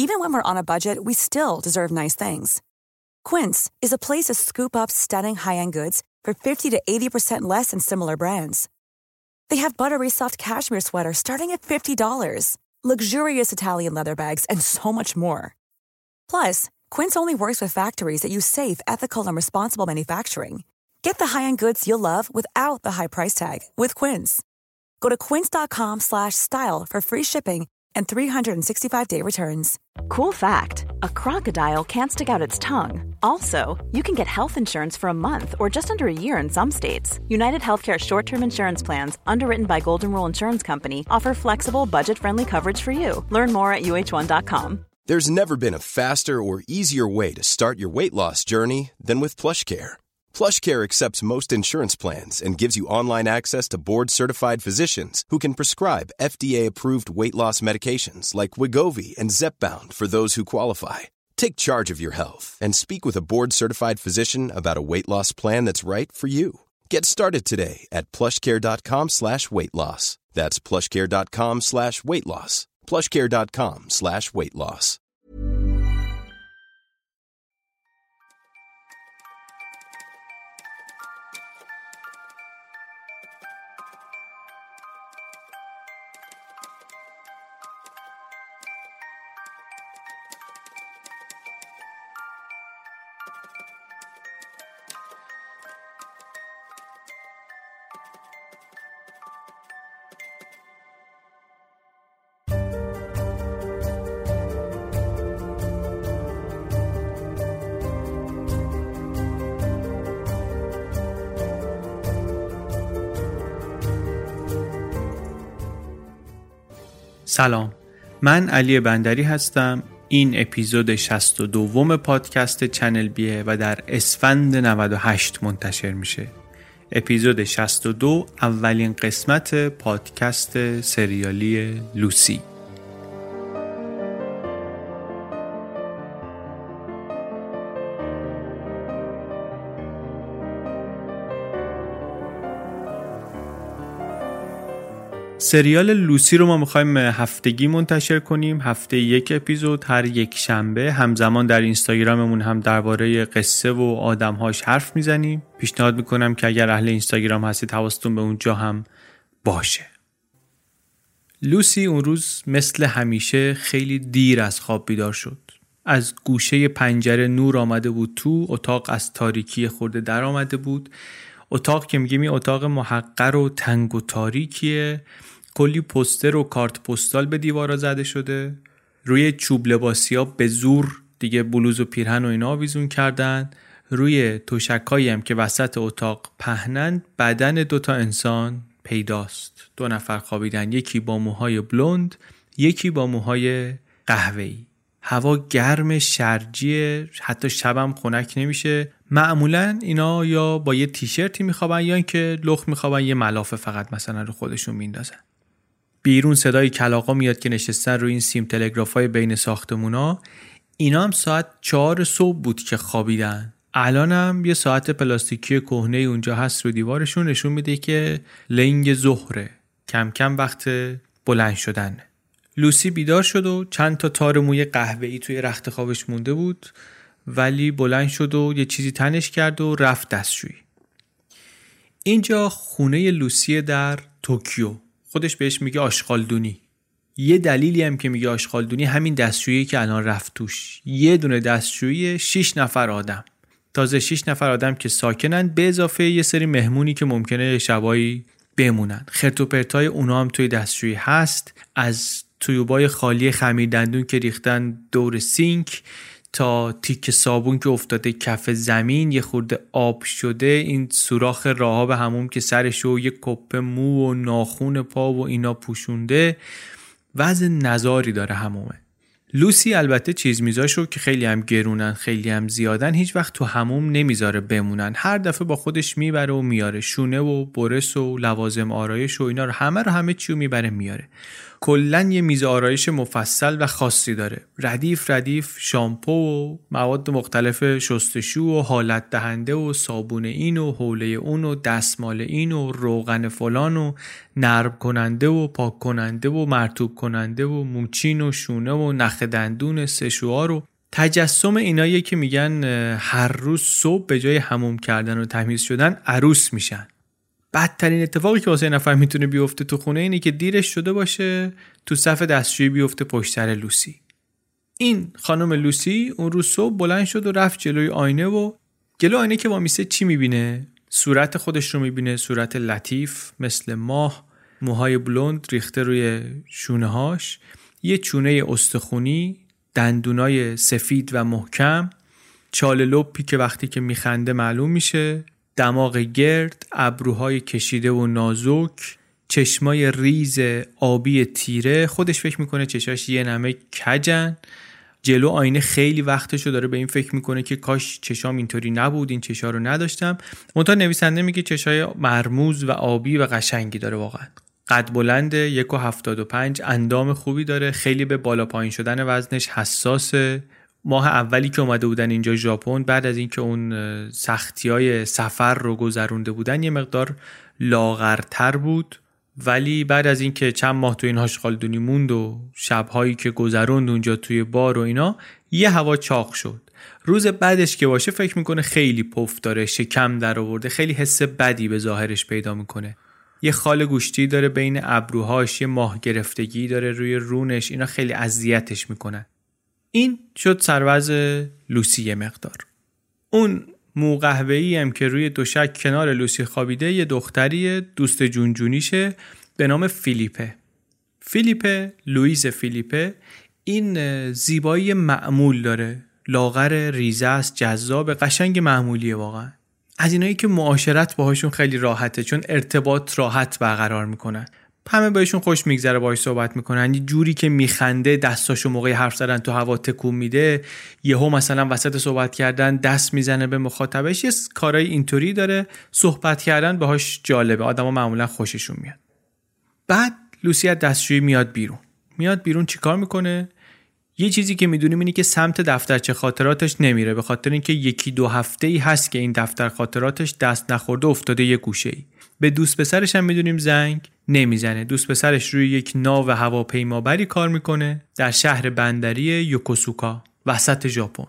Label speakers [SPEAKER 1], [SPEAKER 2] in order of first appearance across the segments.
[SPEAKER 1] Even when we're on a budget, we still deserve nice things. Quince is a place to scoop up stunning high-end goods for 50 to 80% less than similar brands. They have buttery soft cashmere sweaters starting at $50, luxurious Italian leather bags, and so much more. Plus, Quince only works with factories that use safe, ethical, and responsible manufacturing. Get the high-end goods you'll love without the high price tag with Quince. Go to quince.com/style for free shipping and 365-day returns.
[SPEAKER 2] Cool fact, a crocodile can't stick out its tongue. Also, you can get health insurance for a month or just under a year in some states. United Healthcare short-term insurance plans, underwritten by Golden Rule Insurance Company, offer flexible, budget-friendly coverage for you. Learn more at uh1.com.
[SPEAKER 3] There's never been a faster or easier way to start your weight loss journey than with PlushCare. PlushCare accepts most insurance plans and gives you online access to board-certified physicians who can prescribe FDA-approved weight loss medications like Wegovy and Zepbound for those who qualify. Take charge of your health and speak with a board-certified physician about a weight loss plan that's right for you. Get started today at plushcare.com/weightloss. That's plushcare.com/weightloss. plushcare.com/weightloss.
[SPEAKER 4] سلام، من علی بندری هستم. این اپیزود 62 پادکست چنل بیه و در اسفند 98 منتشر میشه. اپیزود 62 اولین قسمت پادکست سریالی لوسی. سریال لوسی رو ما میخوایم هفتگی منتشر کنیم، هفته یک اپیزود هر یک شنبه. همزمان در اینستاگراممون هم درباره قصه و آدمهاش حرف میزنیم. پیشنهاد میکنم که اگر اهل اینستاگرام هستید حواستون به اونجا هم باشه. لوسی اون روز مثل همیشه خیلی دیر از خواب بیدار شد. از گوشه پنجره نور آمده بود تو، اتاق از تاریکی خورده در آمده بود. اتاق که میگیم این اتاق محقر و تنگ و تاریکیه. کلی پوستر و کارت پستال به دیوارا زده شده. روی چوب لباسی‌ها به زور دیگه بلوز و پیرهن و اینا آویزون کردن. روی تشکایی هم که وسط اتاق پهنند بدن دوتا انسان پیداست. 2 نفر خوابیدن، یکی با موهای بلوند، یکی با موهای قهوه‌ای. هوا گرم شرجیه، حتی شبم خنک نمیشه. معمولا اینا یا با یه تیشرتی میخوابن یا اینکه لخت میخوابن، یه ملافه فقط مثلا رو خودشون میندازن. بیرون صدای کلاغا میاد که نشستن روی این سیم تلگرافای بین ساختمونا. اینا هم ساعت 4 صبح بود که خوابیدن. الان هم یه ساعت پلاستیکی کهنه اونجا هست رو دیوارشون، نشون میده که لنگ ظهره، کم کم وقت بلند شدن. لوسی بیدار شد و چند تا تار موی قهوه‌ای توی رخت خوابش مونده بود، ولی بلند شد و یه چیزی تنش کرد و رفت دستشویی. اینجا خونه لوسی در توکیو. خودش بهش میگه آشغالدونی. یه دلیلی هم که میگه آشغالدونی همین دستشویی که الان رفت توش. یه دونه دستشویی 6 نفر آدم. تازه 6 نفر آدم که ساکنن، به اضافه یه سری مهمونی که ممکنه شبایی بمونن. خرت و پرتای اونا هم توی دستشویی هست، از تویوبای خالی خمیر دندون که ریختن دور سینک تا تیک صابون که افتاده کف زمین، یه خورده آب شده، این سوراخ راهاب حموم که سرشو یه کپه مو و ناخون پا و اینا پوشونده. وضع نزاری داره حمومه. لوسی البته چیز میذاشو که خیلی هم گرونن، خیلی هم زیادن، هیچ وقت تو حموم نمیذاره بمونن. هر دفعه با خودش میبره و میاره. شونه و برس و لوازم آرایش و اینا رو همه چیو میبره میاره. کلاً یه میز آرایش مفصل و خاصی داره. ردیف شامپو و مواد مختلف شستشو و حالت دهنده و صابون این و حوله اون و دستمال این و روغن فلان و نرم کننده و پاک کننده و مرطوب کننده و موچین و شونه و نخ دندون سشوار و تجسم اینایی که میگن هر روز صبح به جای حموم کردن و تمیز شدن عروس میشن. بدترین اتفاقی که واسه نفر میتونه بیفته تو خونه اینه که دیرش شده باشه تو صف دستشویی بیفته پشت سر لوسی. این خانم لوسی اون روز صبح بلند شد و رفت جلوی آینه و جلوی آینه که وامیسته چی میبینه؟ صورت خودش رو میبینه، صورت لطیف مثل ماه، موهای بلوند ریخته روی شونه‌هاش، یه چونه استخونی، دندونای سفید و محکم، چال لپی که وقتی که میخنده معلوم میشه، دماغ گرد، ابروهای کشیده و نازک، چشمای ریز آبی تیره. خودش فکر میکنه چشاش یه نمه کجن. جلو آینه خیلی وقتشو داره به این فکر میکنه که کاش چشام اینطوری نبود، این چشا رو نداشتم. منتها نویسنده میگه چشای مرموز و آبی و قشنگی داره واقعا. قد بلنده، 1.75، اندام خوبی داره، خیلی به بالا پایین شدن وزنش حساسه. ماه اولی که اومده بودن اینجا ژاپن، بعد از اینکه اون سختیای سفر رو گذرونده بودن، یه مقدار لاغرتر بود، ولی بعد از اینکه چند ماه تو این هاشقالدونی موند و شبهایی که گذروند اونجا توی بار و اینا، یه هوا چاق شد. روز بعدش که باشه فکر میکنه خیلی پف داره، شکم در آورده، خیلی حس بدی به ظاهرش پیدا میکنه. یه خال گوشتی داره بین ابروهاش، یه ماه گرفتگی داره روی رونش، اینا خیلی اذیتش میکنن. این شد سروز لوسی یه مقدار. اون مو قهوه‌ای هم که روی دوشک کنار لوسی خوابیده یه دختری دوست جونجونیشه به نام فیلیپه، لوئیز فیلیپه. این زیبایی معمول داره، لاغر، ریزه است، جذاب، قشنگ، معمولیه واقعا. از اینایی که معاشرت باهاشون خیلی راحته، چون ارتباط راحت برقرار میکنن. همه بهشون خوش میگذره، باهاش صحبت میکنن. یه جوری که میخنده، دستاشو موقع حرف زدن تو هوا تکون میده، یهو مثلا وسط صحبت کردن دست میزنه به مخاطبش. یه کارای اینطوری داره. صحبت کردن باهاش جالبه، آدما معمولا خوششون میاد. بعد لوسی از دستشویی میاد بیرون چیکار میکنه؟ یه چیزی که میدونیم اینه که سمت دفترچه خاطراتش نمیره، به خاطر اینکه 1-2 هفته‌ای هست که این دفتر خاطراتش دست نخورده، افتاده یه گوشه‌ای. به دوست پسرش هم میدونیم زنگ نمیزنه. دوست پسرش روی یک ناو هواپیمابری کار میکنه در شهر بندری یوکوسوکا وسط ژاپن.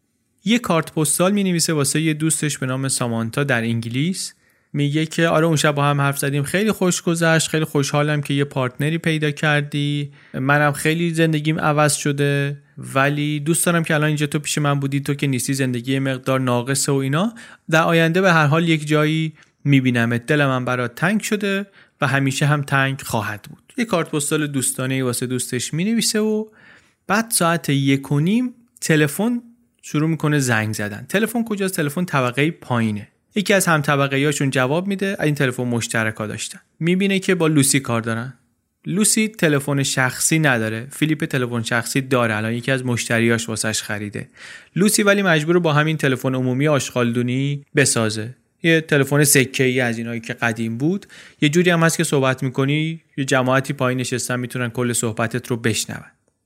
[SPEAKER 4] یه کارت پستال مینویسه واسه یه دوستش به نام سامانتا در انگلیس. میگه که آره اون شب با هم حرف زدیم، خیلی خوش گذشت، خیلی خوشحالم که یه پارتنری پیدا کردی، منم خیلی زندگیم عوض شده، ولی دوست دارم که الان اینجا تو پیش من بودی، تو که نیستی زندگی مقدار ناقصه و اینا، در آینده به هر حال یک جایی میبینمت، دلم هم برات تنگ شده و همیشه هم تنگ خواهد بود. یه کارت پستال دوستانه واسه دوستش مینویسه و بعد ساعت 1:30 تلفن شروع میکنه زنگ زدن. تلفن کجاست؟ تلفن طبقه پایینه. یکی از هم طبقه‌ایاشون جواب میده. این تلفن مشترکا داشتن. میبینه که با لوسی کار دارن. لوسی تلفن شخصی نداره، فیلیپ تلفن شخصی داره، الان یکی از مشتریاش واسش خریده. لوسی ولی مجبوره با همین تلفن عمومی آشغالدونی بسازه. یه تلفن سکه‌ای از اینایی که قدیم بود. یه جوری هم هست که صحبت میکنی، یه جماعتی پایین نشستن میتونن کل صحبتت رو بشنون.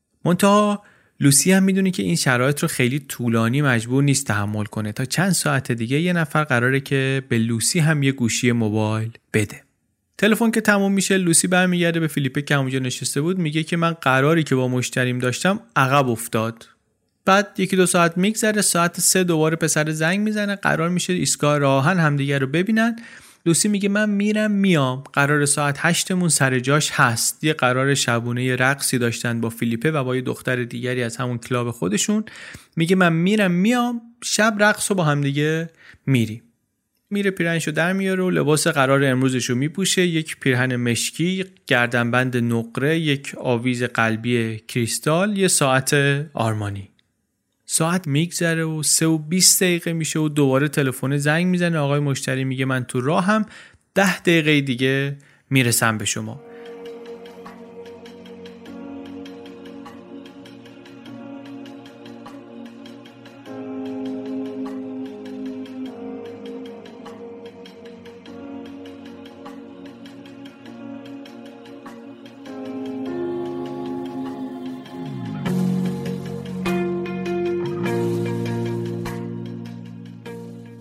[SPEAKER 4] منتها لوسی هم میدونه که این شرایط رو خیلی طولانی مجبور نیست تحمل کنه. تا چند ساعت دیگه یه نفر قراره که به لوسی هم یه گوشی موبایل بده. تلفن که تموم میشه، لوسی برمیگرده به فیلیپه که همونجا نشسته بود، میگه که من قراری که با مشتریم داشتم عقب افتاد. بعد 1-2 ساعت میگذره، ساعت 3 دوباره پسر زنگ میزنه، قرار میشه ایستگاه راهن همدیگه رو ببینن. لوسی میگه من میرم میام، قرار ساعت 8مون سر جاش هست. یه قرار شبونه رقصی داشتن با فیلیپه و با یه دختر دیگری از همون کلاب خودشون. میگه من میرم میام، شب رقصو با همدیگه میریم. میره پیرهنشو در میاره و لباس قرار امروزشو میپوشه، یک پیرهن مشکی، گردنبند نقره، یک آویز قلبی کریستال، یه ساعت آرمانی. ساعت میگذره و 3:20 میشه و دوباره تلفن زنگ میزنه. آقای مشتری میگه من تو راهم، 10 دقیقه دیگه میرسم به شما.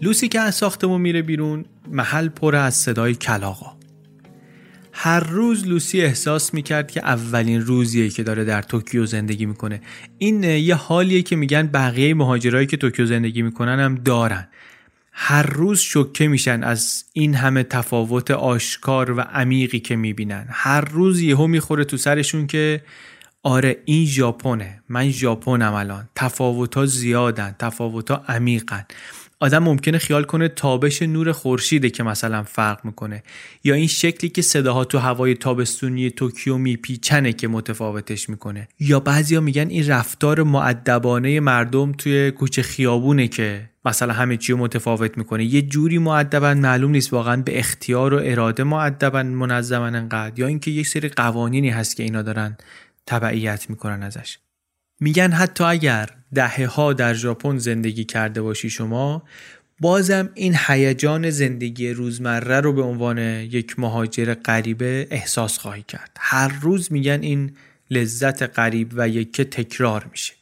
[SPEAKER 4] لوسی که از ساختمون میره بیرون، محل پر از صدای کلاغا. هر روز لوسی احساس میکرد که اولین روزیه که داره در توکیو زندگی میکنه. این یه حالیه که میگن بقیه مهاجرایی که توکیو زندگی میکنن هم دارن. هر روز شوکه میشن از این همه تفاوت آشکار و عمیقی که میبینن. هر روز یهو میخوره تو سرشون که آره این ژاپنه، من ژاپنم الان. تفاوت‌ها زیادن، تفاوت‌ها عمیقن. آدم ممکنه خیال کنه تابش نور خورشیده که مثلا فرق میکنه، یا این شکلی که صداها تو هوای تابستونی توکیو میپیچنه که متفاوتش میکنه، یا بعضیا میگن این رفتار مؤدبانه مردم توی کوچه خیابونه که مثلا همه چیو متفاوت میکنه. یه جوری مؤدبن، معلوم نیست واقعا به اختیار و اراده مؤدبن، منظمن انقدر، یا اینکه یک سری قوانینی هست که اینا دارن تبعیت میکنن ازش. میگن حتی اگر دهه‌ها در ژاپن زندگی کرده باشی شما، بازم این هیجان زندگی روزمره رو به عنوان یک مهاجر غریبه احساس خواهی کرد. هر روز میگن این لذت غریب و یکه تکرار میشه.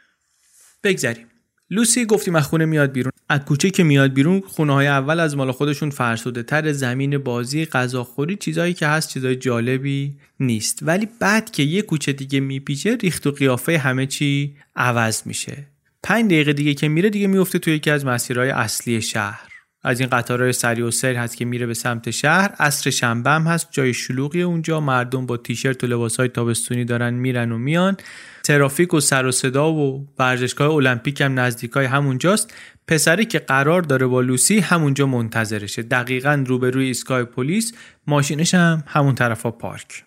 [SPEAKER 4] بگذاریم. لوسی گفتیم از خونه میاد بیرون. از کوچه که میاد بیرون، خونه‌های اول از مال خودشون فرسوده تر، زمین بازی، غذاخوری، چیزایی که هست چیزای جالبی نیست. ولی بعد که یه کوچه دیگه میپیچه، ریخت و قیافه همه چی عوض میشه. 5 دقیقه دیگه که میره دیگه میفته توی یکی از مسیرهای اصلی شهر. از این قطارهای سریع السیر هست که میره به سمت شهر. عصر شنبه هم هست، جای شلوغی اونجا، مردم با تیشرت و لباسای تابستونی دارن میرن و میان. ترافیک و سر و صدا و ورزشگاه المپیک هم نزدیکای همونجاست. پسری که قرار داره با لوسی همونجا منتظرشه، دقیقاً روبروی ایستگاه پلیس. ماشینش هم همون طرفا پارک.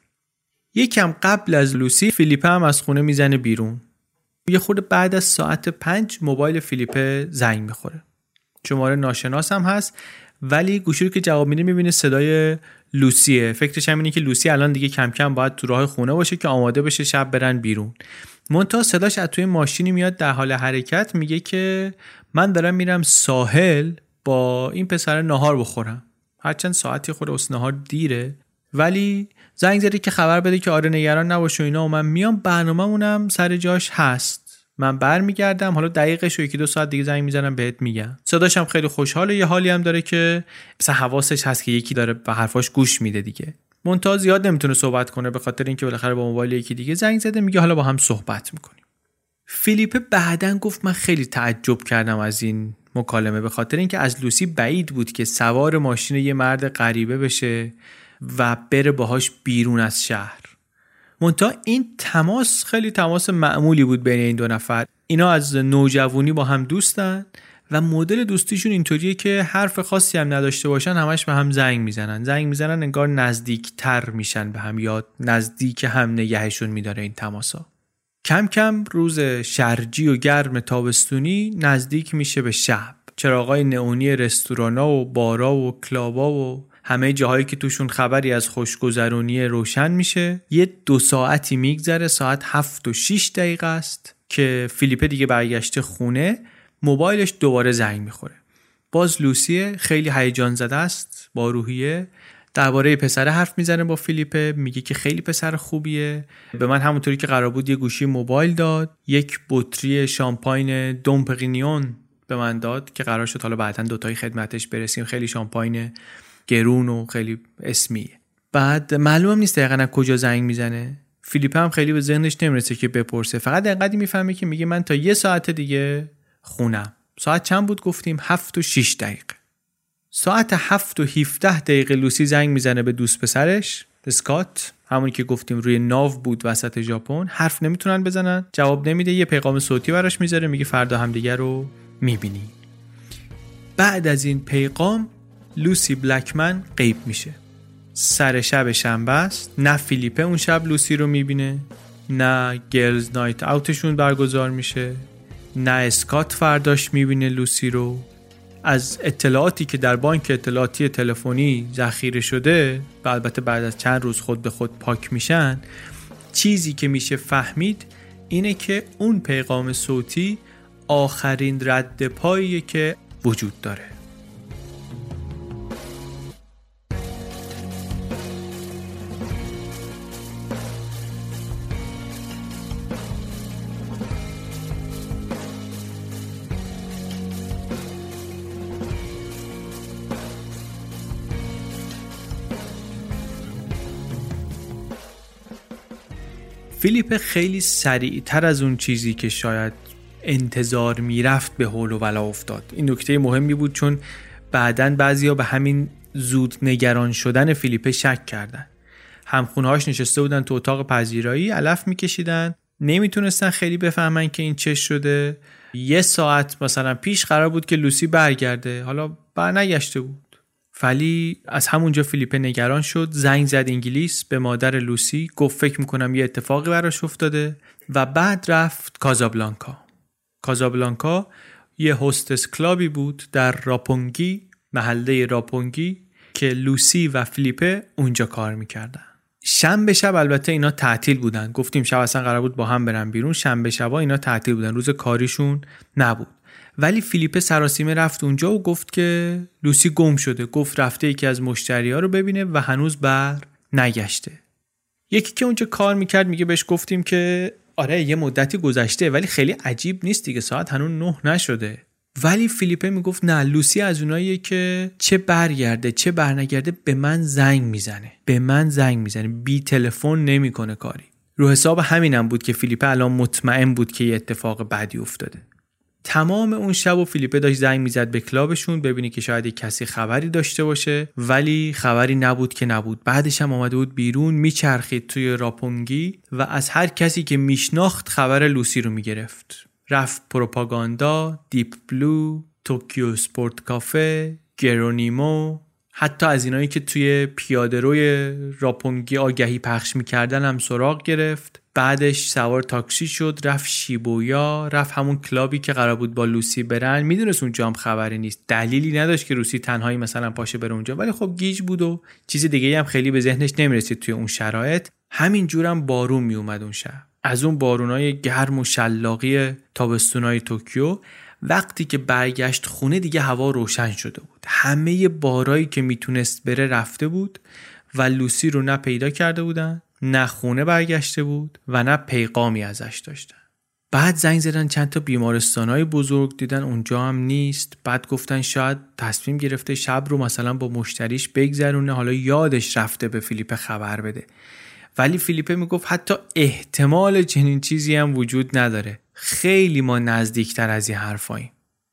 [SPEAKER 4] یکم قبل از لوسی، فیلیپه هم از خونه میزنه بیرون. یه خورده بعد از ساعت 5 موبایل فیلیپه زنگ میخوره. شماره ناشناس هم هست، ولی گوشی رو که جواب میده میبینه صدای لوسیه. فکرش هم اینه که لوسی الان دیگه کم کم باید تو راه خونه باشه که آماده بشه شب برن بیرون. منتها صداش از توی ماشینی میاد در حال حرکت، میگه که من دارم میرم ساحل با این پسر ناهار بخورم. هرچند ساعتی خورده واسه ناهار دیره، ولی زنگ زدی که خبر بده که آره نگران نباش و اینا، و من میام، برنامه‌مونم سر جاش هست، من برمیگردم، حالا دقیقش رو 1-2 ساعت دیگه زنگ میزنم بهت میگم. صداش هم خیلی خوشحاله، یه حالی هم داره که مثلا حواسش هست که یکی داره به حرفاش گوش میده دیگه. منتها زیاد نمیتونه صحبت کنه به خاطر اینکه بالاخره با موبایل یکی دیگه زنگ زده. میگه حالا با هم صحبت میکنیم. فیلیپه بعدن گفت من خیلی تعجب کردم از این مکالمه، به خاطر اینکه از لوسی بعید بود که سوار ماشین یه مرد غریبه بشه و بره باهاش بیرون از شهر. منتها این تماس خیلی تماس معمولی بود بین این دو نفر. اینا از نوجوانی با هم دوستن و مدل دوستیشون اینطوریه که حرف خاصی هم نداشته باشن همش به هم زنگ میزنن انگار نزدیکتر میشن به هم، یا نزدیک هم نگهشون میداره این تماسا. کم کم روز شرجی و گرم تابستونی نزدیک میشه به شب. چراغای نئونی رستورانا و بارا و کلابا و همه جاهایی که توشون خبری از خوشگذرونی روشن میشه. یه 2 ساعتی میگذره، ساعت 7:06 است که فیلیپه دیگه برگشته خونه. موبایلش دوباره زنگ میخوره. باز لوسی خیلی هیجان زده است، با روحیه، درباره پسر حرف میزنه با فیلیپه. میگه که خیلی پسر خوبیه، به من همونطوری که قرار بود یه گوشی موبایل داد، یک بطری شامپاین دوم پرینیون به من داد که قرار شد حالا بعداً دوتایی خدمتش برسیم. خیلی شامپاین گرون و خیلی اسمیه. بعد معلومم نیست دقیقاً از کجا زنگ میزنه. فیلیپه هم خیلی به ذهنش نمیرسه که بپرسه، فقط انقدری میفهمه که میگه من تا 1 ساعت دیگه خونم. ساعت چند بود گفتیم؟ 7:06. ساعت 7:17 لوسی زنگ میزنه به دوست پسرش اسکات، همونی که گفتیم روی ناو بود وسط ژاپن. حرف نمیتونن بزنن، جواب نمیده. یه پیغام صوتی براش میذاره، میگه فردا همدیگه رو میبینی. بعد از این پیغام لوسی بلکمن غیب میشه. سر شب شنبه است. نه فیلیپه اون شب لوسی رو میبینه، نه گرلز نایت اوتشون برگزار میشه، نه اسکات فرداش میبینه لوسی رو. از اطلاعاتی که در بانک اطلاعاتی تلفنی ذخیره شده و البته بعد از چند روز خود به خود پاک میشن، چیزی که میشه فهمید اینه که اون پیغام صوتی آخرین رد پاییه که وجود داره. فیلیپ خیلی سریعتر از اون چیزی که شاید انتظار میرفت به حول و ولا افتاد. این نکته مهمی بود چون بعداً بعضیا به همین زود نگران شدن فیلیپ شک کردن. همخونه‌هاش نشسته بودن تو اتاق پذیرایی علف میکشیدن، نمیتونستن خیلی بفهمن که این چه شده. 1 ساعت مثلا پیش قرار بود که لوسی برگرده، حالا برنگشته بود. ولی از همونجا فیلیپ نگران شد، زنگ زد انگلیس به مادر لوسی، گفت فکر میکنم یه اتفاقی براش افتاده و بعد رفت کازابلانکا. کازابلانکا یه هاستس کلابی بود در راپونگی، محله راپونگی که لوسی و فیلیپ اونجا کار میکردن. شنبه شب البته اینا تعطیل بودن، گفتیم شب اصلا قرار بود با هم برن بیرون، شنبه شبا اینا تعطیل بودن، روز کاریشون نبود. ولی فیلیپ سراسیمه رفت اونجا و گفت که لوسی گم شده، گفت رفته یکی از مشتری‌ها رو ببینه و هنوز بر نگشته. یکی که اونجا کار میکرد میگه بهش گفتیم که آره یه مدتی گذشته ولی خیلی عجیب نیست دیگه، ساعت هنوز 9 نشده. ولی فیلیپ میگفت نه، لوسی از اوناییه که چه برگرده چه برنگرده به من زنگ میزنه، بی تلفن نمیکنه کاری. رو حساب همینم بود که فیلیپ الان مطمئن بود که یه اتفاق بدی افتاده. تمام اون شب و فیلیپ داشت زنگ میزد به کلابشون ببینی که شاید کسی خبری داشته باشه، ولی خبری نبود که نبود. بعدش هم اومده بود بیرون میچرخید توی راپونگی و از هر کسی که میشناخت خبر لوسی رو میگرفت. رفت پروپاگاندا، دیپ بلو، توکیو سپورت کافه، گرونیمو، حتی از اینایی که توی پیاده‌روی راپونگی آگهی پخش میکردن هم سراغ گرفت. بعدش سوار تاکسی شد، رفت شیبویا، رفت همون کلابی که قرار بود با لوسی برن. میدونست اونجا هم خبری نیست، دلیلی نداشت که لوسی تنهایی مثلا پاشه بره اونجا، ولی خب گیج بود و چیز دیگه هم خیلی به ذهنش نمیرسید توی اون شرایط. همینجورم بارون میومد اون شب، از اون بارونای گرم و شلاقی تابستونای توکیو. وقتی که برگشت خونه دیگه هوا روشن شده بود، همه بارایی که میتونست بره رفته بود و لوسی رو نه پیدا کرده بودن، نه خونه برگشته بود و نه پیغامی ازش داشتن. بعد زنگ زدن چند تا بیمارستانای بزرگ، دیدن اونجا هم نیست. بعد گفتن شاید تصمیم گرفته شب رو مثلا با مشتریش بگذرونه، حالا یادش رفته به فیلیپ خبر بده. ولی فیلیپ میگفت حتی احتمال چنین چیزی هم وجود نداره، خیلی ما نزدیکتر از این حرفاییم.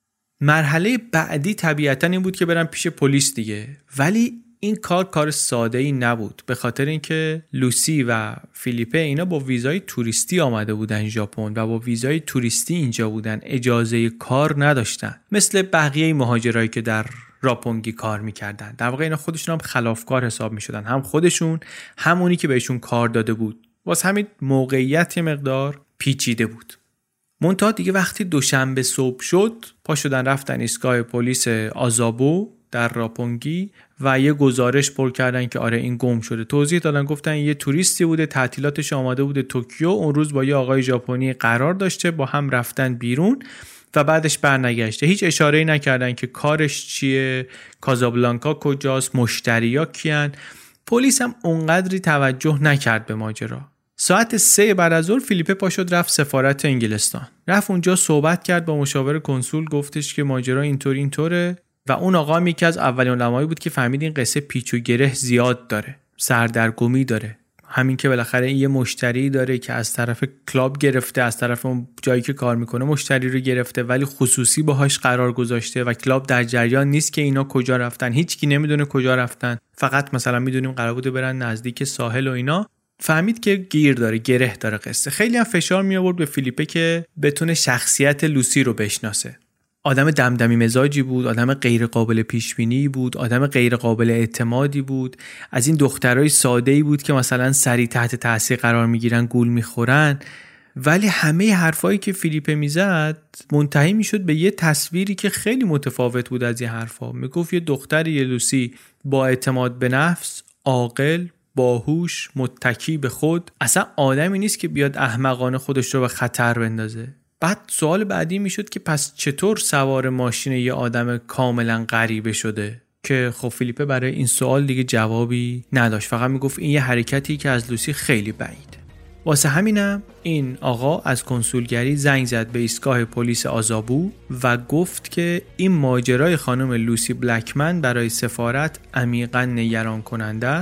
[SPEAKER 4] مرحله بعدی طبیعتاً این بود که برن پیش پلیس دیگه، ولی این کار ساده‌ای نبود، به خاطر اینکه لوسی و فیلیپ اینا با ویزای توریستی آمده بودن ژاپن و با ویزای توریستی اینجا بودن، اجازه کار نداشتن، مثل بقیه مهاجرایی که در راپونگی کار میکردن. در واقع اینا خودشون هم خلافکار حساب میشدن، هم خودشون همونی که بهشون کار داده بود. واسه همین موقعیت یه مقدار پیچیده بود. منتها دیگه وقتی دوشنبه صبح شد پا شدن رفتن ایستگاه پلیس آزابو در راپونگی و یه گزارش پر کردن که آره این گم شده. توضیح دادن، گفتن یه توریستی بوده، تعطیلاتش آماده بوده توکیو، اون روز با یه آقای ژاپنی قرار داشته، با هم رفتن بیرون و بعدش برنگشته. هیچ اشاره‌ای نکردن که کارش چیه، کازابلانکا کجاست، مشتریا کیان. پلیس هم اونقدری توجه نکرد به ماجرا. ساعت 3 بعد از ظهر فیلیپ پا شد رفت سفارت انگلستان. رفت اونجا صحبت کرد با مشاور کنسول، گفتش که ماجرا اینطوره و اون آقا هم یکی از اولین علمایی بود که فهمید این قصه پیچ و گره زیاد داره، سردرگمی داره. همین که بالاخره یه مشتری داره که از طرف کلاب گرفته، از طرف اون جایی که کار میکنه مشتری رو گرفته، ولی خصوصی باهاش قرار گذاشته و کلاب در جریان نیست که اینا کجا رفتن، هیچکی نمیدونه کجا رفتن، فقط مثلا میدونیم قرار بوده برن نزدیک ساحل و اینا. فهمید که گیر داره، گره داره قصه. خیلی هم فشار می آورد به فیلیپ که بتونه شخصیت لوسی رو بشناسه. آدم دمدمی مزاجی بود، آدم غیر قابل پیش بینی بود، آدم غیر قابل اعتمادی بود، از این دخترای ساده‌ای بود که مثلا سری تحت تاثیر قرار میگیرن، گول میخورن. ولی همه حرفایی که فیلیپ میزد منتهی میشد به یه تصویری که خیلی متفاوت بود از این حرفا. میگفت یه دختری لوسی با اعتماد به نفس، عاقل، باهوش، متکی به خود، اصلا آدمی نیست که بیاد احمقانه خودش رو به خطر بندازه. بعد سوال بعدی میشد که پس چطور سوار ماشین یه آدم کاملا غریبه شده؟ که خب فیلیپ برای این سوال دیگه جوابی نداشت، فقط میگفت این یه حرکتی که از لوسی خیلی بعید. واسه همینم این آقا از کنسولگری زنگ زد به ایستگاه پلیس آزابو و گفت که این ماجرای خانم لوسی بلکمن برای سفارت عمیقاً نگران کننده است.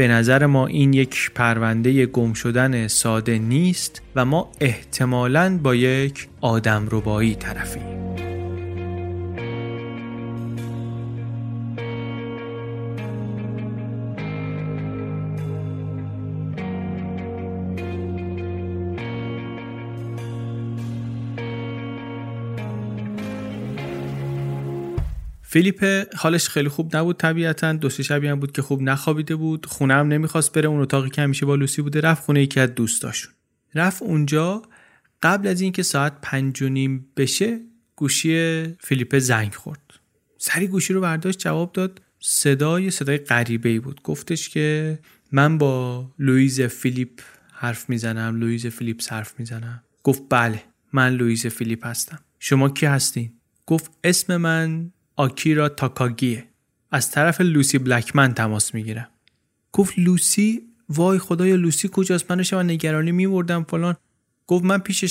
[SPEAKER 4] به نظر ما این یک پرونده گم شدن ساده نیست و ما احتمالاً با یک آدمربایی طرفیم. فیلیپ حالش خیلی خوب نبود طبیعتاً. 2-3 شبی هم بود که خوب نخوابیده بود. خونه هم نمیخواست بره، اون اتاقی که همیشه با لوسی بوده. رفت خونه یکی از دوستاشون. رفت اونجا. قبل از اینکه ساعت 5:30 بشه گوشی فیلیپ زنگ خورد. سری گوشی رو برداشت، جواب داد. صدای غریبه‌ای بود. گفتش که من با لوئیز فیلیپ حرف میزنم. گفت بله، من لوئیز فیلیپ هستم. شما کی هستین؟ گفت اسم من آکیرا تاکاگیه. از طرف لوسی بلکمن تماس میگیرم. گفت لوسی؟ وای خدایا لوسی کجاست؟ من داشتم نگرانی میمردم فلان. گفت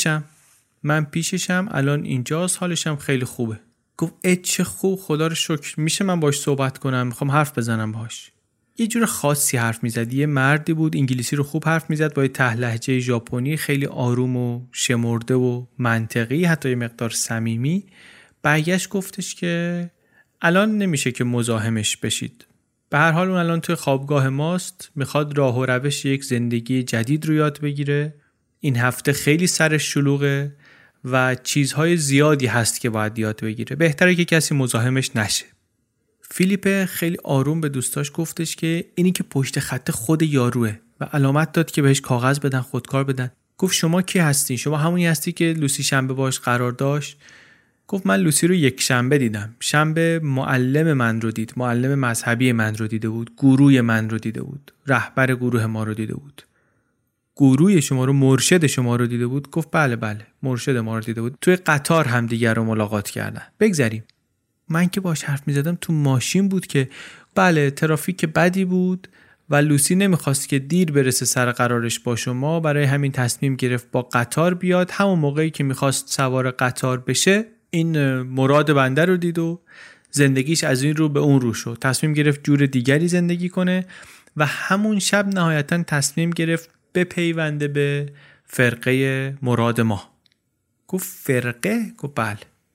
[SPEAKER 4] من پیششم الان اینجاست، حالشم خیلی خوبه. گفت چه خوب، خدا رو شکر. میشه من باش صحبت کنم؟ میخوام حرف بزنم باش. یه جور خاصی حرف میزد. یه مردی بود، انگلیسی رو خوب حرف میزد با یه ته لهجه ژاپنی خیلی آروم و شمرده و منطقی، حتی یه مقدار صمیمی. برگشت گفتش که الان نمیشه که مزاحمش بشید. به هر حال اون الان توی خوابگاه ماست، میخواد راه و روش یک زندگی جدید رو یاد بگیره. این هفته خیلی سرش شلوغه و چیزهای زیادی هست که باید یاد بگیره. بهتره که کسی مزاحمش نشه. فیلیپ خیلی آروم به دوستاش گفتش که اینی که پشت خط خود یاروه و علامت داد که بهش کاغذ بدن، خودکار بدن. گفت شما کی هستی؟ شما همونی هستی که لوسی شنبه باش قرار داشت؟ گفت من لوسی رو یک شنبه دیدم. شنبه معلم من رو دید، معلم مذهبی من رو دیده بود، گروه من رو دیده بود، رهبر گروه ما رو دیده بود. گروه شما رو، مرشد شما رو دیده بود؟ گفت بله مرشد ما رو دیده بود. توی قطار هم دیگر رو ملاقات کردن. بگذریم. من که باش حرف می‌زدم تو ماشین بود که بله ترافیک بدی بود و لوسی نمیخواست که دیر برسه سر قرارش با شما، برای همین تصمیم گرفت با قطار بیاد. همون موقعی که میخواست سوار قطار بشه این مراد بنده رو دید و زندگیش از این رو به اون رو شد. تصمیم گرفت جور دیگری زندگی کنه و همون شب نهایتاً تصمیم گرفت بپیونده به فرقه مراد ما. گفت فرقه؟ گفت بله.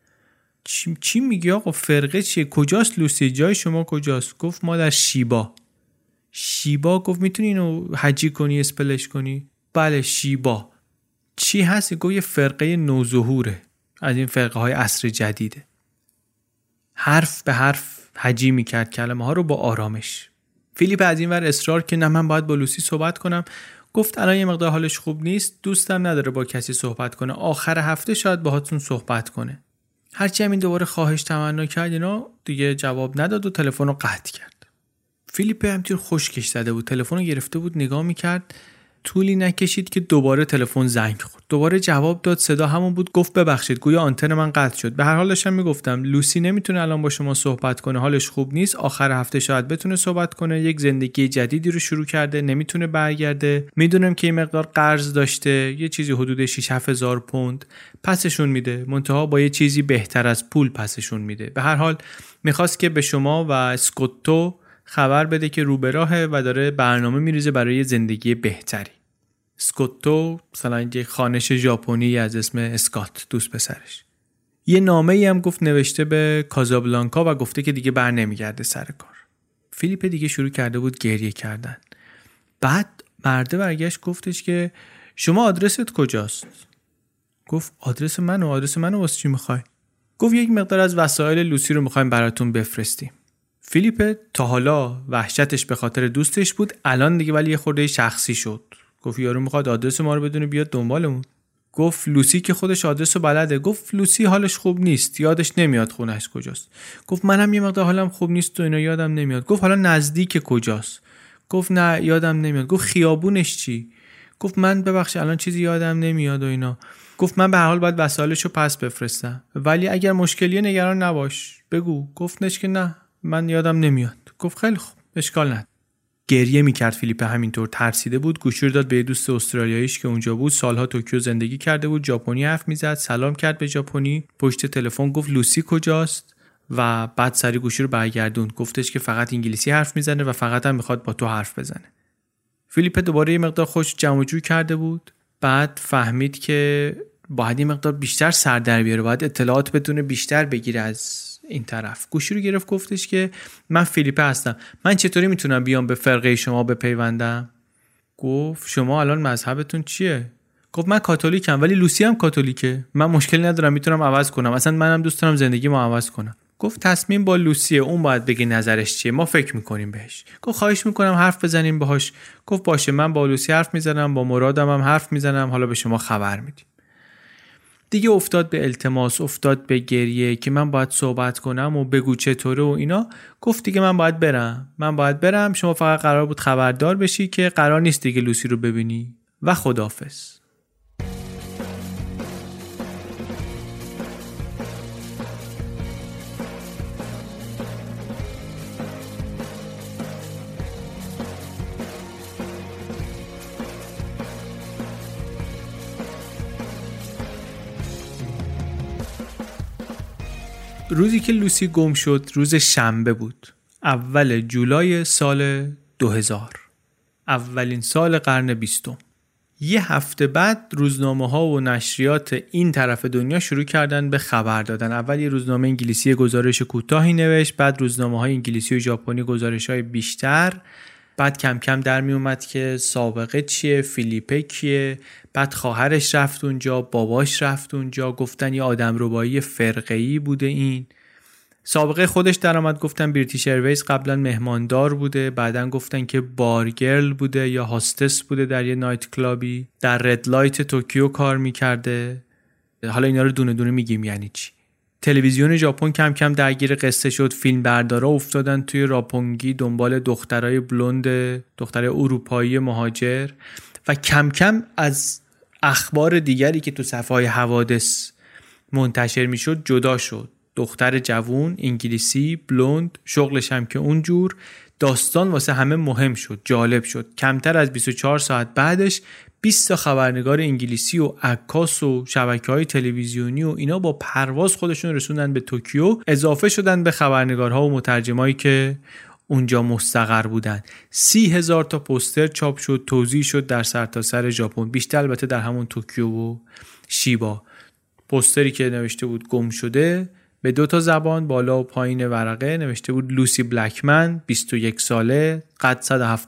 [SPEAKER 4] چی میگی آقا؟ فرقه چیه؟ کجاست لوسی؟ جای شما کجاست؟ گفت ما در شیبا. گفت میتونی اینو حجی کنی، اسپلش کنی؟ بله شیبا. چی هستی؟ گفت یه فرقه نوظهوره، از این فرقه های عصر جدیده. حرف به حرف حجی میکرد کلمه ها رو با آرامش. فیلیپ از این ور اصرار که نه من باید با لوسی صحبت کنم. گفت الان یه مقدار حالش خوب نیست، دوستم نداره با کسی صحبت کنه، آخر هفته شاید باهاتون صحبت کنه. هرچی همین دوباره خواهش تمنا کرد اینا دیگه جواب نداد و تلفن رو قطع کرد. فیلیپ همینطور خشکش زده بود، تلفن رو گرفته بود نگاه میکرد. طولی نکشید که دوباره تلفن زنگ خورد. دوباره جواب داد، صدا همون بود. گفت ببخشید گویا آنتن من قطع شد. به هر حال داشتم میگفتم لوسی نمیتونه الان با شما صحبت کنه، حالش خوب نیست، آخر هفته شاید بتونه صحبت کنه، یک زندگی جدیدی رو شروع کرده، نمیتونه برگرده. میدونم که این مقدار قرض داشته، یه چیزی حدود 6-7 هزار پوند پسشون میده، منتها با یه چیزی بهتر از پول پسشون میده. به هر حال میخواست که به شما و اسکوتو خبر بده که رو به راهه و داره برنامه میریزه برای زندگی بهتری. اسکوتو مثلا یه خانش ژاپنی از اسم اسکات، دوست پسرش. یه نامه‌ای هم گفت نوشته به کازابلانکا و گفته که دیگه بر نمیگرده سر کار. فیلیپ دیگه شروع کرده بود گریه کردن. بعد مرده برگشت گفتش که شما آدرست کجاست؟ گفت آدرس منو واسه چی میخوای؟ گفت یک مقدار از وسایل لوسی رو میخوایم براتون بفرستیم. فیلیپ تا حالا وحشتش به خاطر دوستش بود، الان دیگه ولی یه خورده شخصی شد. گفت یارو میخواد آدرس ما رو بدونه بیاد دنبالمون. گفت لوسی که خودش آدرس رو بلده. گفت لوسی حالش خوب نیست، یادش نمیاد خونش کجاست. گفت منم یه مقدار حالم خوب نیست و اینا یادم نمیاد. گفت حالا نزدیک کجاست؟ گفت نه یادم نمیاد. گفت خیابونش چی؟ گفت من ببخشید الان چیزی یادم نمیاد و اینا. گفت من به هر حال باید وسایلشو پس بفرستم، ولی اگر مشکلیه نگران نباش بگو. گفتش که نه من یادم نمیاد. گفت خیلی خوب اشکال نداره. گریه میکرد فیلیپ، همینطور ترسیده بود. گوشی رو داد به دوست استرالیاییش که اونجا بود، سالها توکیو زندگی کرده بود، ژاپنی حرف میزد. سلام کرد به ژاپنی، پشت تلفن گفت لوسی کجاست و بعد سری گوشی رو برگردوند. گفتش که فقط انگلیسی حرف میزنه و فقط هم میخواد با تو حرف بزنه. فیلیپ دوباره یه مقدار خوش جمع جور کرده بود، بعد فهمید که باید یه مقدار بیشتر سر در بیاره، باید اطلاعات بتونه بیشتر بگیره از این طرف. گوشی رو گرفت، گفتش که من فیلیپ هستم، من چطوری میتونم بیام به فرقه شما بپیوندم؟ گفت شما الان مذهبتون چیه؟ گفت من کاتولیکم، ولی لوسی هم کاتولیکه، من مشکلی ندارم، میتونم عوض کنم، اصلا منم دوست دارم زندگیمو عوض کنم. گفت تصمیم با لوسیه، اون باید بگه نظرش چیه، ما فکر میکنیم بهش. گفت خواهش میکنم حرف بزنیم باهاش. گفت باشه، من با لوسی حرف میزنم، با مرادم هم حرف میزنم، حالا به شما خبر میدیم. دیگه افتاد به التماس، افتاد به گریه که من باید صحبت کنم و بگو چطوره و اینا. گفت دیگه من باید برم، شما فقط قرار بود خبردار بشی که قرار نیست دیگه لوسی رو ببینی و خداحافظ. روزی که لوسی گم شد روز شنبه بود، اول جولای سال 2000، اولین سال قرن 20. یه هفته بعد روزنامه ها و نشریات این طرف دنیا شروع کردن به خبر دادن. اول یه روزنامه انگلیسی گزارش کوتاهی نوشت، بعد روزنامه های انگلیسی و ژاپنی گزارش های بیشتر، بعد کم کم در می اومد که سابقه چیه، فیلیپه کیه، بعد خواهرش رفت اونجا، باباش رفت اونجا، گفتن یه آدمربایی فرقه‌ای بوده این. سابقه خودش در آمد، گفتن بریتیش ایرویز قبلا مهماندار بوده، بعدن گفتن که بارگرل بوده یا هاستس بوده در یه نایت کلابی، در رد لایت توکیو کار میکرده. حالا اینا رو دونه دونه میگیم یعنی چی. تلویزیون ژاپن کم کم درگیر قصه شد، فیلمبردارا افتادن توی راپونگی دنبال دخترای بلوند، دخترای اروپایی مهاجر، و کم کم از اخبار دیگری که تو صفحه‌های حوادث منتشر میشد جدا شد. دختر جوون انگلیسی بلوند، شغلش هم که اونجور. داستان واسه همه مهم شد، جالب شد. کمتر از 24 ساعت بعدش 20 تا خبرنگار انگلیسی و عکاس و شبکه‌های تلویزیونی و اینا با پرواز خودشون رسوندن به توکیو، اضافه شدن به خبرنگارها و مترجمایی که اونجا مستقر بودن. 30,000 تا پوستر چاپ شد، توزیع شد در سرتاسر ژاپن، بیشتر البته در همون توکیو و شیبا. پوستری که نوشته بود گم شده به 2 تا زبان، بالا و پایین ورقه نوشته بود لوسی بلکمن، 21 ساله، قد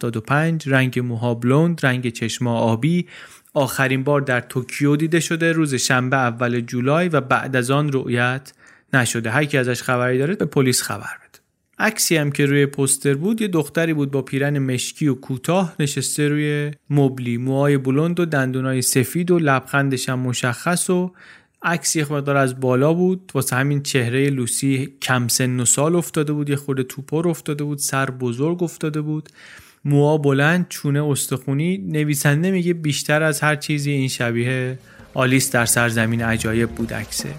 [SPEAKER 4] 175، رنگ موها بلوند، رنگ چشما آبی، آخرین بار در توکیو دیده شده روز شنبه اول جولای و بعد از آن رؤیت نشده. هر کی ازش خبری داره به پلیس خبر بده. عکسی هم که روی پوستر بود یه دختری بود با پیرن مشکی و کوتاه نشسته روی مبلی، موهای بلوند و دندونای سفید و لبخندش هم مشخص، و عکسی خوددار از بالا بود. واسه همین چهره لوسی کم سن و سال افتاده بود، یه خورده توپر افتاده بود، سر بزرگ افتاده بود، موها بلند، چونه استخونی. نویسنده میگه بیشتر از هر چیزی این شبیه آلیس در سرزمین عجایب بود عکسه.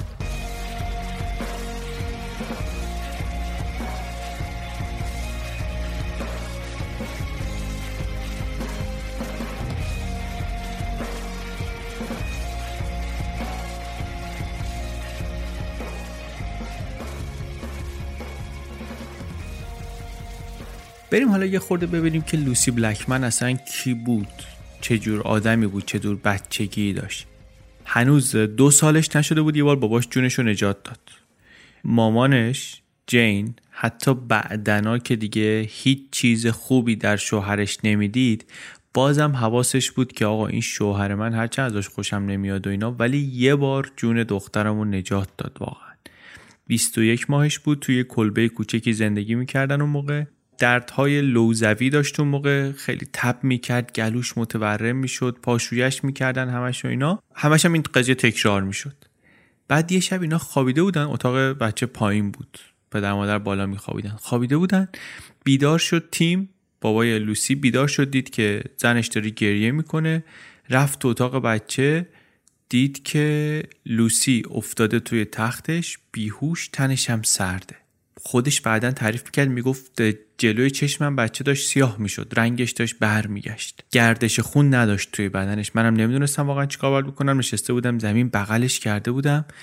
[SPEAKER 4] بریم حالا یه خورده ببینیم که لوسی بلکمن اصلا کی بود، چه جور آدمی بود، چه جور بچگی داشت. هنوز 2 سالش نشده بود یه بار باباش جونشو نجات داد. مامانش جین حتی بعدنا که دیگه هیچ چیز خوبی در شوهرش نمیدید، بازم حواسش بود که آقا این شوهر من هرچند ازش خوشم نمیاد و اینا، ولی یه بار جون دخترمو نجات داد. واقعا 21 ماهش بود، توی کلبه کوچکی زندگی میکردن اون موقع. دردهای لوزوی داشت اون موقع، خیلی تب میکرد، گلوش متورم میشد، پاشویش میکردن همش و اینا، همش هم این قضیه تکرار میشد. بعد یه شب اینا خوابیده بودن، اتاق بچه پایین بود، پدر مادر بالا میخوابیدن، خوابیده بودن. بیدار شد تیم، بابای لوسی بیدار شد، دید که زنش داره گریه میکنه، رفت تو اتاق بچه، دید که لوسی افتاده توی تختش بیهوش، تنش هم سرده. خودش بعدن تعریف میکرد، میگفت جلوی چشمم بچه داشت سیاه میشد، رنگش داشت برمیگشت، گردش خون نداشت توی بدنش. منم نمیدونستم واقعا چیکار باید بکنم، نشسته بودم زمین بغلش کرده بودم.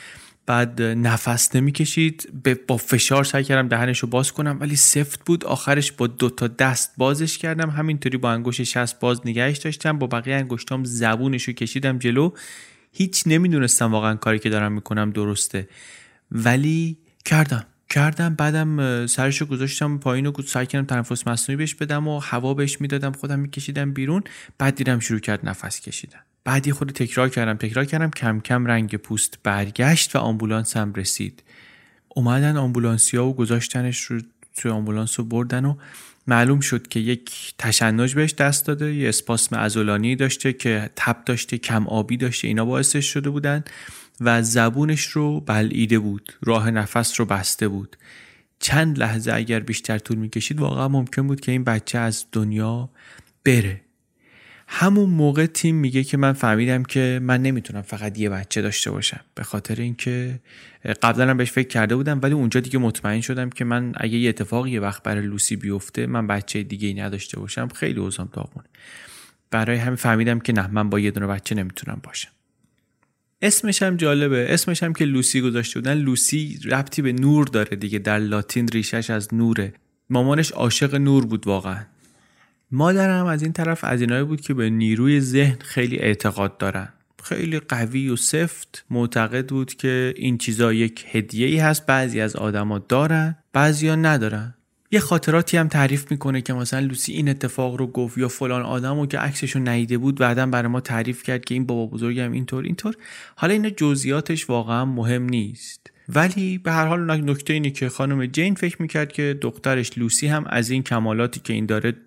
[SPEAKER 4] بعد نفس نمیکشید، با فشار سعی کردم دهنشو باز کنم ولی سفت بود. آخرش با 2 دست بازش کردم، همینطوری با انگشت شست باز نگهش داشتم، با بقیه انگشتام زبونشو کشیدم جلو. هیچ نمیدونستم واقعا کاری که دارم میکنم درسته، ولی کردم. بعدم سرشو گذاشتم پایین و سعی کردم تنفس مصنوعی بهش بدم و هوا بهش میدادم، خودم میکشیدم بیرون. بعد دیدم شروع کرد نفس کشیدن. بعد خود تکرار کردم، کم کم رنگ پوست برگشت و آمبولانس هم رسید. اومدن آمبولانسیا و گذاشتنش رو توی آمبولانس و بردن و معلوم شد که یک تشنج بهش دست داده، یه اسپاسم عضلانی داشته که تب داشته، کم آبی داشته، اینا باعثش شده بودن و زبونش رو بلعیده بود، راه نفس رو بسته بود. چند لحظه اگر بیشتر طول میکشید واقعا ممکن بود که این بچه از دنیا بره. همون موقع تیم میگه که من فهمیدم که من نمیتونم فقط یه بچه داشته باشم، به خاطر اینکه قبلا هم بهش فکر کرده بودم ولی اونجا دیگه مطمئن شدم که من اگه یه اتفاقی یه وقت برای لوسی بیفته من بچه دیگه ای نداشته باشم، خیلی اوضاعم داغونه. برای همین فهمیدم که نه، من با یه دونه بچه نمیتونم باشم. اسمش هم جالبه، اسمش هم که لوسی گذاشته بودن. لوسی ربطی به نور داره دیگه، در لاتین ریشش از نوره. مامانش عاشق نور بود واقعا. مادرم از این طرف از اینایی بود که به نیروی ذهن خیلی اعتقاد دارن، خیلی قوی و سفت معتقد بود که این چیزا یک هدیه‌ای هست، بعضی از آدما دارن بعضیا ندارن. یه خاطراتی هم تعریف میکنه که مثلا لوسی این اتفاق رو گفت یا فلان آدمو که عکسشو ندیده بود بعداً برای ما تعریف کرد که این بابا بزرگم اینطور. حالا اینا جزئیاتش واقعا مهم نیست، ولی به هر حال نکته اینه که خانم جین فکر میکرد که دخترش لوسی هم از این کمالاتی که این داره.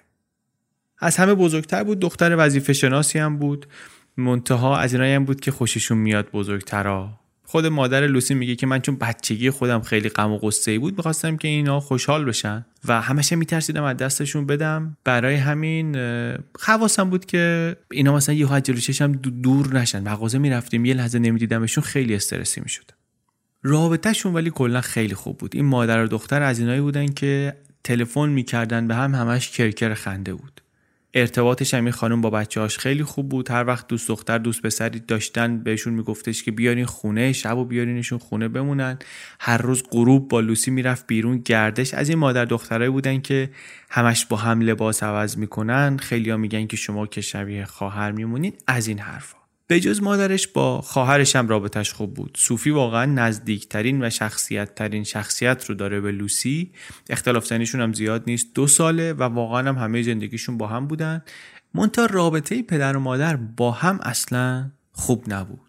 [SPEAKER 4] از همه بزرگتر بود، دختر وظیفه شناسی هم بود، منتها از اینایی هم بود که خوششون میاد بزرگترا. خود مادر لوسی میگه که من چون بچگی خودم خیلی غم و غصه‌ای بود می‌خواستم که اینا خوشحال بشن و همش میترسیدم از دستشون بدم، برای همین حواسم بود که اینا مثلا یهو از جلوی چشم دور نشن. مغازه میرفتیم یه لحظه نمیدیدمشون، خیلی استرسی میشدم. رابطه‌شون ولی کلا خیلی خوب بود. این مادر و دختر از اینایی بودن که تلفن میکردن به هم، همش کرکر خنده بود. ارتباطش هم این خانم با بچه‌هاش خیلی خوب بود. هر وقت دوست دختر دوست پسری داشتن بهشون میگفتش که بیارین خونه، شبو بیارینشون خونه بمونن. هر روز غروب با لوسی میرفت بیرون گردش. از این مادر دخترایی بودن که همش با هم لباس عوض میکنن. خیلی‌ها میگن که شما که شبیه خواهر میمونین، از این حرفا. به جز مادرش با خواهرش هم رابطش خوب بود. صوفی واقعا نزدیکترین و شخصیت رو داره به لوسی. اختلاف سنیشون هم زیاد نیست، 2 ساله و واقعا هم همه زندگیشون با هم بودن. منتها رابطه پدر و مادر با هم اصلا خوب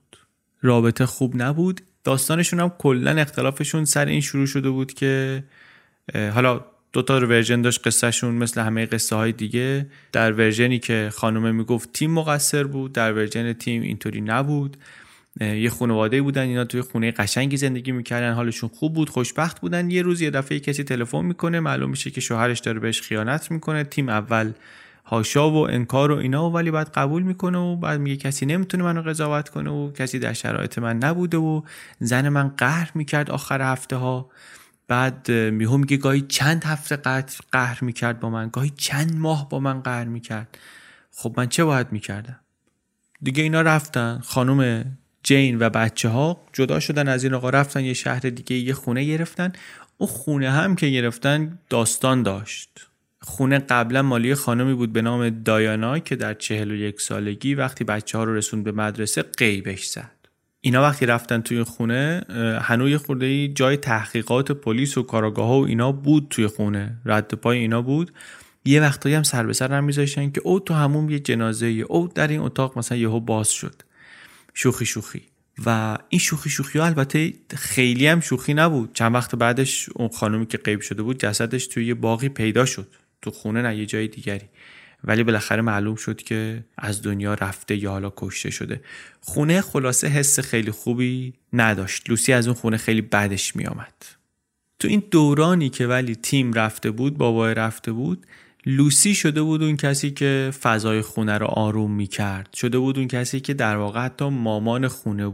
[SPEAKER 4] نبود. داستانشون هم کلا اختلافشون سر این شروع شده بود که حالا 2 ورژن داشت قصهشون، مثل همه قصه های دیگه. در ورژنی که خانومه میگفت تیم مقصر بود، در ورژن تیم اینطوری نبود. یه خانواده بودن، اینا توی خونه قشنگی زندگی میکردن، حالشون خوب بود، خوشبخت بودن. یه روز یه دفعه کسی تلفن میکنه، معلوم میشه که شوهرش داره بهش خیانت میکنه. تیم اول حاشا و انکار و اینا، ولی بعد قبول میکنه و بعد میگه کسی نمیتونه منو قضاوت کنه و کسی در شرایط من نبوده و زن من قهر میکرد آخر هفته ها. بعد میگه گاهی چند هفته قهر میکرد با من، گاهی چند ماه با من قهر میکرد. خب من چه باید میکردم دیگه؟ اینا رفتن، خانم جین و بچه ها جدا شدن از این آقا، رفتن یه شهر دیگه، یه خونه گرفتن. اون خونه هم که گرفتن داستان داشت. خونه قبلا مالی خانمی بود به نام دایانا که در 41 سالگی وقتی بچه ها رو رسوند به مدرسه غیبش زد. اینا وقتی رفتن توی خونه هنوز یه خورده جای تحقیقات پلیس و کاراگاه‌ها و اینا بود توی خونه، رد پای اینا بود. یه وقتایی هم سر به سر هم میذاشتن که او تو همون یه جنازه‌ای، او در این اتاق مثلا یهو باز شد. شوخی و این شوخی ها البته خیلی هم شوخی نبود. چند وقت بعدش اون خانومی که غیب شده بود جسدش توی یه باغی پیدا شد، تو خونه نه، یه جای دیگری. ولی بالاخره معلوم شد که از دنیا رفته یا حالا کشته شده. خونه خلاصه حس خیلی خوبی نداشت. لوسی از اون خونه خیلی بدش می آمد. تو این دورانی که ولی تیم رفته بود، بابای رفته بود، لوسی شده بود اون کسی که فضای خونه رو آروم می کرد. شده بود اون کسی که در واقع حتی مامان خونه بود.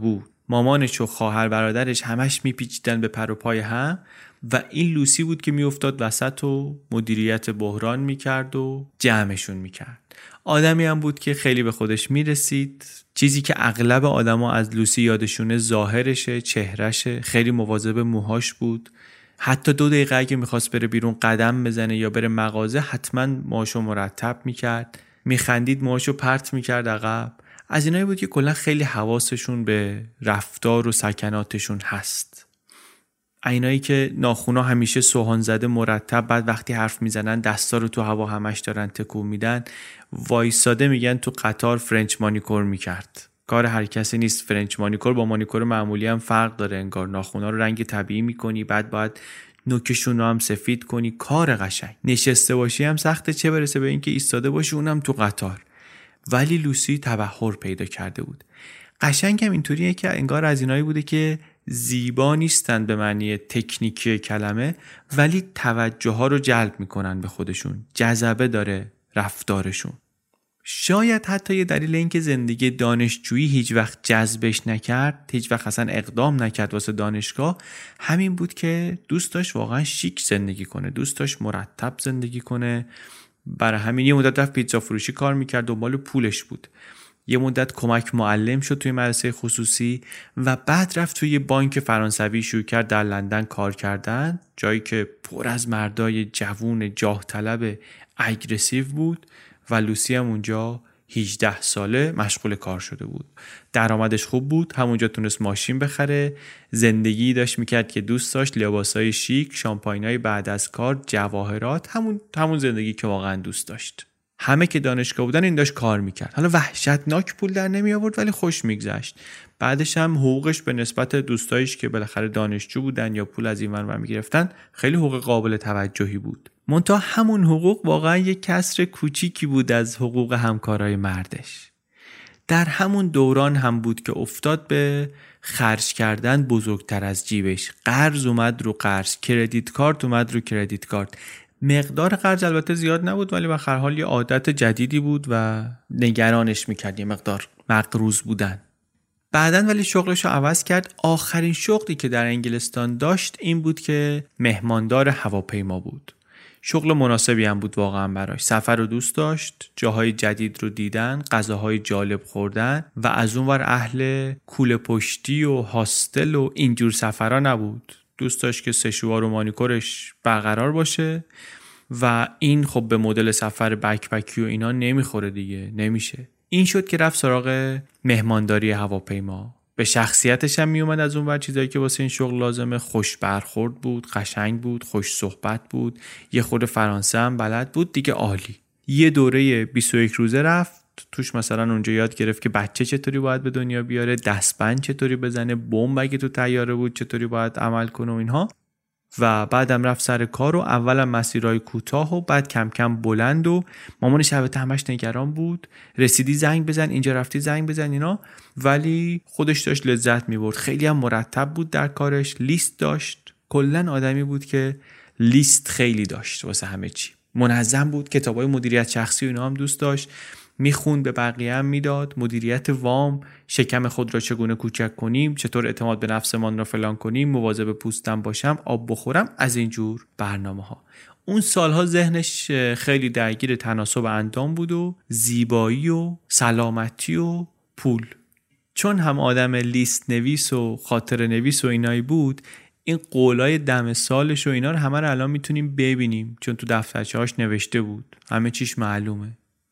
[SPEAKER 4] مامانش و خواهر برادرش همش میپیچیدن به پر و پای هم و این لوسی بود که میافتاد وسط و مدیریت بحران میکرد و جمعشون میکرد. آدمی هم بود که خیلی به خودش میرسید. چیزی که اغلب آدما از لوسی یادشونه ظاهرشه، چهرهشه. خیلی مواظب موهاش بود. حتی 2 دقیقه اگه میخواست بره بیرون قدم بزنه یا بره مغازه حتما موهاشو مرتب میکرد. میخندید موهاشو پرت میکرد عقب. از اینایی بود که کلا خیلی حواسشون به رفتار و سکناتشون هست. اینایی که ناخونا همیشه سوهان زده مرتب، بعد وقتی حرف میزنن دستا رو تو هوا همش دارن تکون میدن. وایساده میگن تو قطار فرنچ مانیکور میکرد. کار هر کسی نیست. فرنچ مانیکور با مانیکور معمولی هم فرق داره. انگار ناخونا رو رنگ طبیعی میکنی، بعد باید نوکشون رو هم سفید کنی. کار قشنگ. نشسته باشی هم سخته، چه برسه به اینکه ایستاده باشی، اونم تو قطار. ولی لوسی تبحر پیدا کرده بود. قشنگ هم اینطوریه که انگار از اینایی بوده که زیبا نیستن به معنی تکنیکی کلمه، ولی توجه ها رو جلب میکنن به خودشون. جذبه داره رفتارشون. شاید حتی یه دلیل این که زندگی دانشجویی هیچ وقت جذبش نکرد، هیچ وقت اصلا اقدام نکرد واسه دانشگاه، همین بود که دوست داشت واقعا شیک زندگی کنه، دوست داشت مرتب زندگی کنه. برای همین یه مدت رفت پیتزا فروشی کار میکرد، دنبال پولش بود. یه مدت کمک معلم شد توی مدرسه خصوصی و بعد رفت توی یه بانک فرانسوی شروع کرد در لندن کار کردن، جایی که پر از مردای جوون جاه طلب اگریسیو بود و لوسی هم اونجا 18 ساله مشغول کار شده بود. درآمدش خوب بود، همونجا تونست ماشین بخره، زندگی داشت میکرد که دوست داشت، لباسای شیک، شامپاینای بعد از کار، جواهرات، همون زندگی که واقعا دوست داشت. همه که دانشگاه بودن این داشت کار میکرد. حالا وحشتناک پول در نمی آورد ولی خوش میگذشت. بعدش هم حقوقش به نسبت دوستایش که بالاخره دانشجو بودن یا پول از این ور میگرفتن خیلی حقوق قابل توجهی بود. منتها همون حقوق واقعا یک کسر کوچیکی بود از حقوق همکارای مردش. در همون دوران هم بود که افتاد به خرج کردن بزرگتر از جیبش. قرض اومد رو قرض، کردیت کارت اومد رو کردیت کارت. مقدار قرض البته زیاد نبود ولی به هر حال یه عادت جدیدی بود و نگرانش میکرد یه مقدار مقروض بودن. بعدن ولی شغلش رو عوض کرد. آخرین شغلی که در انگلستان داشت این بود که مهماندار هواپیما بود. شغل مناسبی هم بود واقعا براش. سفر رو دوست داشت، جاهای جدید رو دیدن، غذاهای جالب خوردن و از اونور اهل کوله پشتی و هاستل و اینجور سفرها نبود. دوست داشت که سشوار و مانیکورش برقرار باشه و این خب به مدل سفر بکپکی و اینا نمیخوره دیگه، نمیشه. این شد که رفت سراغ مهمانداری هواپیما. به شخصیتش هم میومد از اون ور چیزایی که واسه این شغل لازمه. خوش برخورد بود، قشنگ بود، خوش صحبت بود، یه خورده فرانسه هم بلد بود دیگه. عالی. یه دوره 21 روزه رفت توش، مثلا اونجا یاد گرفت که بچه چطوری باید به دنیا بیاره، دستبند چطوری بزنه، بمب اگه تو طیاره بود چطوری باید عمل کنه و اینها. و بعدم رفت سر کار و اولا مسیرهای کوتاه و بعد کم کم بلند و مامانش البته همش نگران بود. رسیدی زنگ بزن، اینجا رفتی زنگ بزن اینا، ولی خودش داشت لذت می‌برد. خیلی هم مرتب بود در کارش، لیست داشت. کلاً آدمی بود که لیست خیلی داشت واسه همه چی. منظم بود، کتابای مدیریت شخصی و اینا هم دوست داشت. میخوند، به بقیه هم میداد. مدیریت وام، شکم خود را چگونه کوچک کنیم، چطور اعتماد به نفسمان را فلان کنیم، مواظب پوستم باشم، آب بخورم، از اینجور برنامه‌ها. اون سالها ذهنش خیلی درگیر تناسب اندام بود و زیبایی و سلامتی و پول. چون هم آدم لیست نویس و خاطر نویس و اینایی بود، این قولای دم سالش و اینا رو همه رو الان میتونیم ببینیم چون تو دفترچه‌هاش نوشته بود. همه چیش معلومه.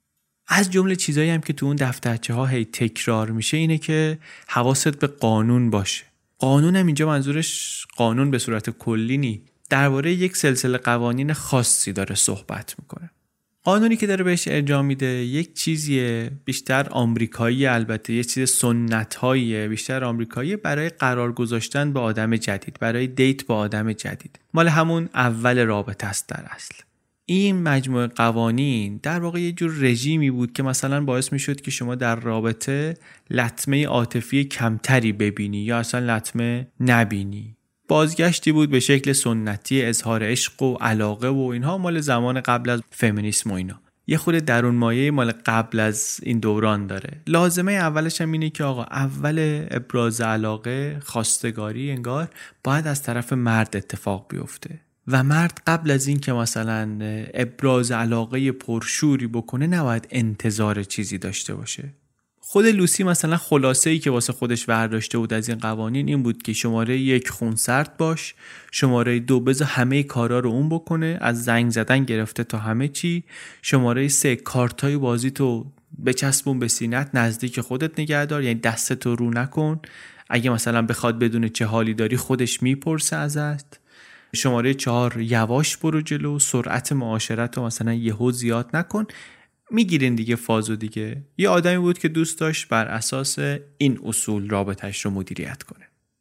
[SPEAKER 4] از جمله چیزایی هم که تو اون دفترچه ها هی تکرار میشه اینه که حواست به قانون باشه. قانون هم اینجا منظورش قانون به صورت کلی نی، درباره یک سلسله قوانین خاصی داره صحبت میکنه. قانونی که داره بهش ارجاع میده یک چیزیه بیشتر آمریکایی، البته یه چیز سنت‌هاییه بیشتر آمریکایی، برای قرار گذاشتن با آدم جدید، برای دیت با آدم جدید. مال همون اول رابطه است در اصل. این مجموعه قوانین در واقع یه جور رژیمی بود که مثلا باعث می شد که شما در رابطه لطمه عاطفی کمتری ببینی یا اصلا لطمه نبینی. بازگشتی بود به شکل سنتی اظهار عشق و علاقه و اینها، مال زمان قبل از فمینیسم و اینا. یه خود درون مایه مال قبل از این دوران داره. لازمه اولش هم اینه که آقا اول ابراز علاقه، خواستگاری انگار باید از طرف مرد اتفاق بیفته و مرد قبل از این که مثلا ابراز علاقه پرشوری بکنه نباید انتظار چیزی داشته باشه. خود لوسی مثلا خلاصه‌ای که واسه خودش برداشته بود از این قوانین این بود که شماره 1 خونسرد باش، شماره 2 بذار همه کارا رو اون بکنه، از زنگ زدن گرفته تا همه چی، شماره 3 کارتای بازی تو بچسبون به سینت، نزدیک خودت نگه دار، یعنی دستتو رو نکن، اگه مثلا بخواد بدونه چه حالی داری خودش میپرسه ازت. شماره 4 یواش برو جلو، سرعت معاشرت رو مثلا یهو زیاد نکن. میگیرین دیگه فازو دیگه. یه آدمی بود که دوست داشت بر اساس این اصول رابطه‌اش رو مدیریت کنه.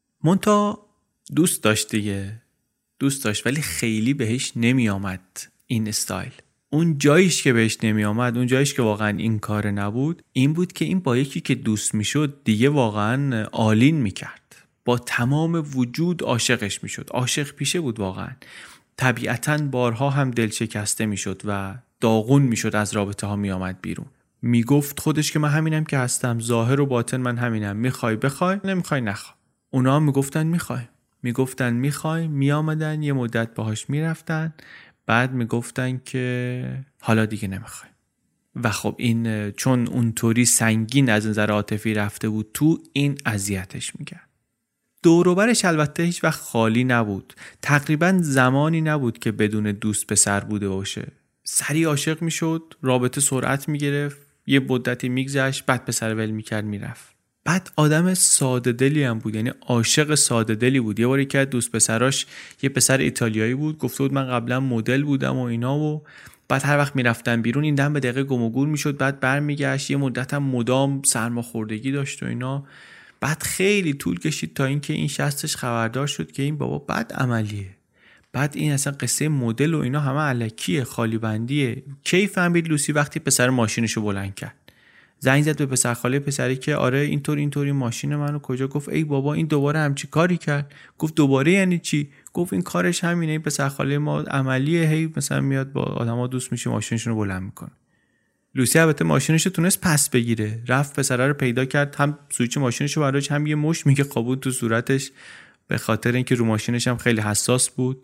[SPEAKER 4] مونتا دوست داشت دیگه، دوست داشت ولی خیلی بهش نمی آمد این استایل. اون جاییش که بهش نمی آمد، اون جاییش که واقعا این کار نبود، این بود که این با یکی که دوست میشد دیگه واقعا آلین میکرد، با تمام وجود عاشقش میشد، عاشق پیشه بود واقعا. طبیعتاً بارها هم دل شکسته میشد و داغون میشد، از رابطه ها میآمد بیرون. میگفت خودش که من همینم که هستم، ظاهر و باطن من همینم، میخوای بخوای، نمیخوای نخوای. اونا هم میگفتن میخوای، میگفتن میخوای، میآمدن یه مدت باهاش میرفتن، بعد میگفتن که حالا دیگه نمیخوای. و خب این چون اونطوری سنگین از نظر عاطفی رفته بود تو، این اذیتش میکرد. دور و برش البته هیچ وقت خالی نبود. تقریبا زمانی نبود که بدون دوست پسر بوده باشه. سریع عاشق میشد، رابطه سرعت میگرفت، یه مدتی میگذشت، بعد پسر ول میکرد میرفت. بعد آدم ساده دلی هم بود، یعنی عاشق ساده دلی بود. یه باری که دوست پسراش یه پسر ایتالیایی بود، گفته بود من قبلا مدل بودم و اینا، و بعد هر وقت میرفتن بیرون این دم به دقیقه گم و گور میشد، بعد برمیگشت، یه مدت هم مدام سرماخوردگی داشت و اینا. بعد خیلی طول کشید تا اینکه این شستش خبردار شد که این بابا بد عملیه. بعد این اصلا قصه مدل و اینا همه الکیه، خالی بندیه. کی فهمید لوسی وقتی پسر ماشینشو بلند کرد، زنگ زد به پسر خاله پسری که آره اینطوری ماشین منو کجا. گفت ای بابا این دوباره همچی کاری کرد. گفت دوباره یعنی چی؟ گفت این کارش همینه، این پسر خاله ما عملیه، هی مثلا میاد با آدما دوست میشه ماشینشون رو بلند میکنه. لوسی البته ماشینش رو تونست پس بگیره، رفت پسره رو پیدا کرد، هم سویچ ماشینش رو براش، هم یه مشت میگه قابون تو صورتش، به خاطر اینکه رو ماشینش هم خیلی حساس بود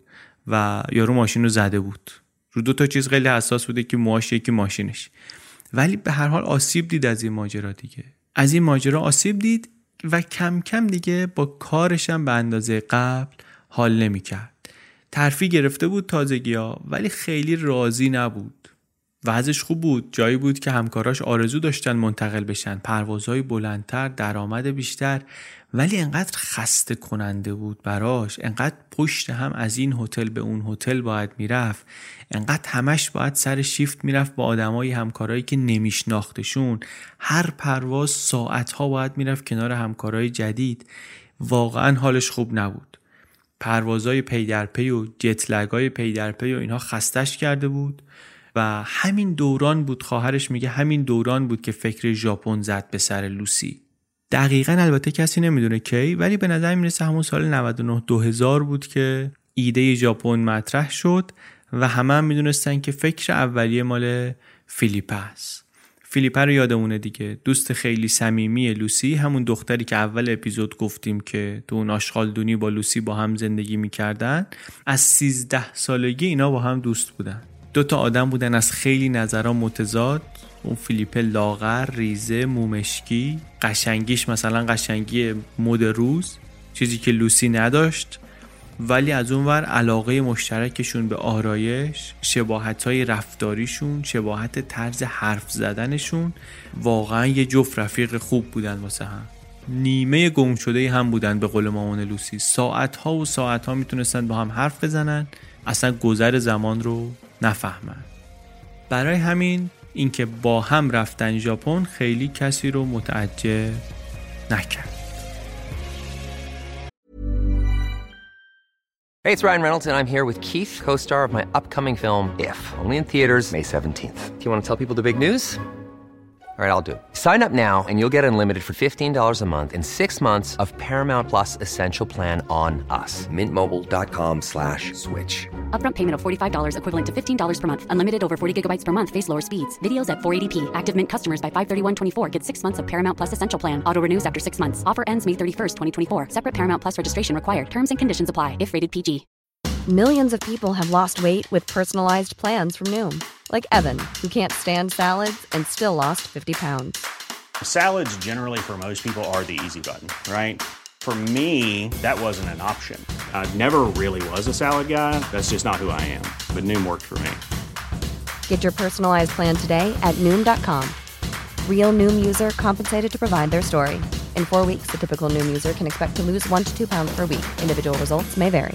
[SPEAKER 4] و یارو ماشین رو زده بود. رو دو تا چیز خیلی حساس بوده که موهاش یکی ماشینش. ولی به هر حال آسیب دید از این ماجرا دیگه. از این ماجرا آسیب دید و کم کم دیگه با کارش هم به اندازه قبل حال نمی‌کرد. ترفیع گرفته بود تازگی‌ها، ولی خیلی راضی نبود. وضعش خوب بود، جایی بود که همکاراش آرزو داشتن منتقل بشن، پروازهای بلندتر، درآمد بیشتر، ولی انقدر خسته کننده بود براش، انقدر پشت هم از این هتل به اون هتل باید میرفت، انقدر همش باید سر شیفت میرفت با آدمای همکارایی که نمیشناختشون، هر پرواز ساعتها باید میرفت کنار همکارای جدید. واقعا حالش خوب نبود. پروازهای پی در پی و جت لگ‌های پی در پی و اینها خستش کرده بود و همین دوران بود، خواهرش میگه همین دوران بود که فکر ژاپن زد به سر لوسی. دقیقاً البته کسی نمیدونه کی، ولی به نظر میرسه همون سال 99-2000 بود که ایده ژاپن مطرح شد و همه هم میدونستن که فکر اولیه مال فیلیپ است. فیلیپ رو یادمونه دیگه، دوست خیلی صمیمی لوسی، همون دختری که اول اپیزود گفتیم که تو اون آشغالدونی با لوسی با هم زندگی میکردن. از 13 سالگی اینا با هم دوست بودن. 2 تا آدم بودن از خیلی نظرها متضاد. اون فیلیپ لاغر، ریزه، مومشکی، قشنگیش مثلا قشنگی مد روز، چیزی که لوسی نداشت، ولی از اون ور علاقه مشترکشون به آرایش، شباهت‌های رفتاریشون، شباهت طرز حرف زدنشون، واقعا یه جفت رفیق خوب بودن واسه هم. نیمه گم شده هم بودن به قول مامان لوسی. ساعت‌ها و ساعت‌ها میتونستن با هم حرف بزنن، اصلا گذر زمان رو نفهمن. برای همین اینکه با هم رفتن ژاپن خیلی کسی رو متعجب نکرد.
[SPEAKER 5] Hey, it's Ryan Reynolds, and I'm here with Keith, co-star of my upcoming film, If, only in theaters May 17th. Do you want to tell people the big news? All right, I'll do it. Sign up now and you'll get unlimited for $15 a month and 6 months of Paramount Plus Essential Plan on us. MintMobile.com/switch.
[SPEAKER 6] Upfront payment of $45 equivalent to $15 per month. Unlimited over 40 gigabytes per month. Face lower speeds. Videos at 480p. Active Mint customers by 531.24 get 6 months of Paramount Plus Essential Plan. Auto renews after 6 months. Offer ends May 31st, 2024. Separate Paramount Plus registration required. Terms and conditions apply if rated PG.
[SPEAKER 7] Millions of people have lost weight with personalized plans from Noom. Like Evan, who can't stand salads and still lost 50 pounds.
[SPEAKER 8] Salads generally for most people are the easy button, right? For me, that wasn't an option. I never really was a salad guy. That's just not who I am. But Noom worked for me.
[SPEAKER 7] Get your personalized plan today at Noom.com. Real Noom user compensated to provide their story. In 4 weeks, the typical Noom user can expect to lose 1 to 2 pounds per week. Individual results may vary.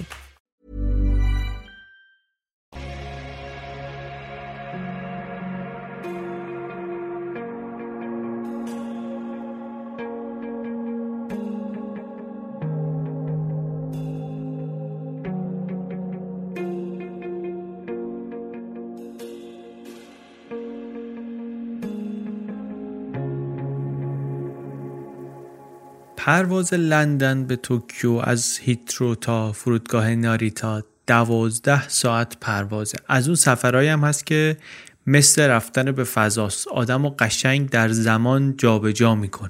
[SPEAKER 4] پرواز لندن به توکیو از هیترو تا فرودگاه ناریتا 12 ساعت پروازه. از اون سفرهایی هم هست که مثل رفتن به فضاست، آدم رو قشنگ در زمان جابجا میکنه.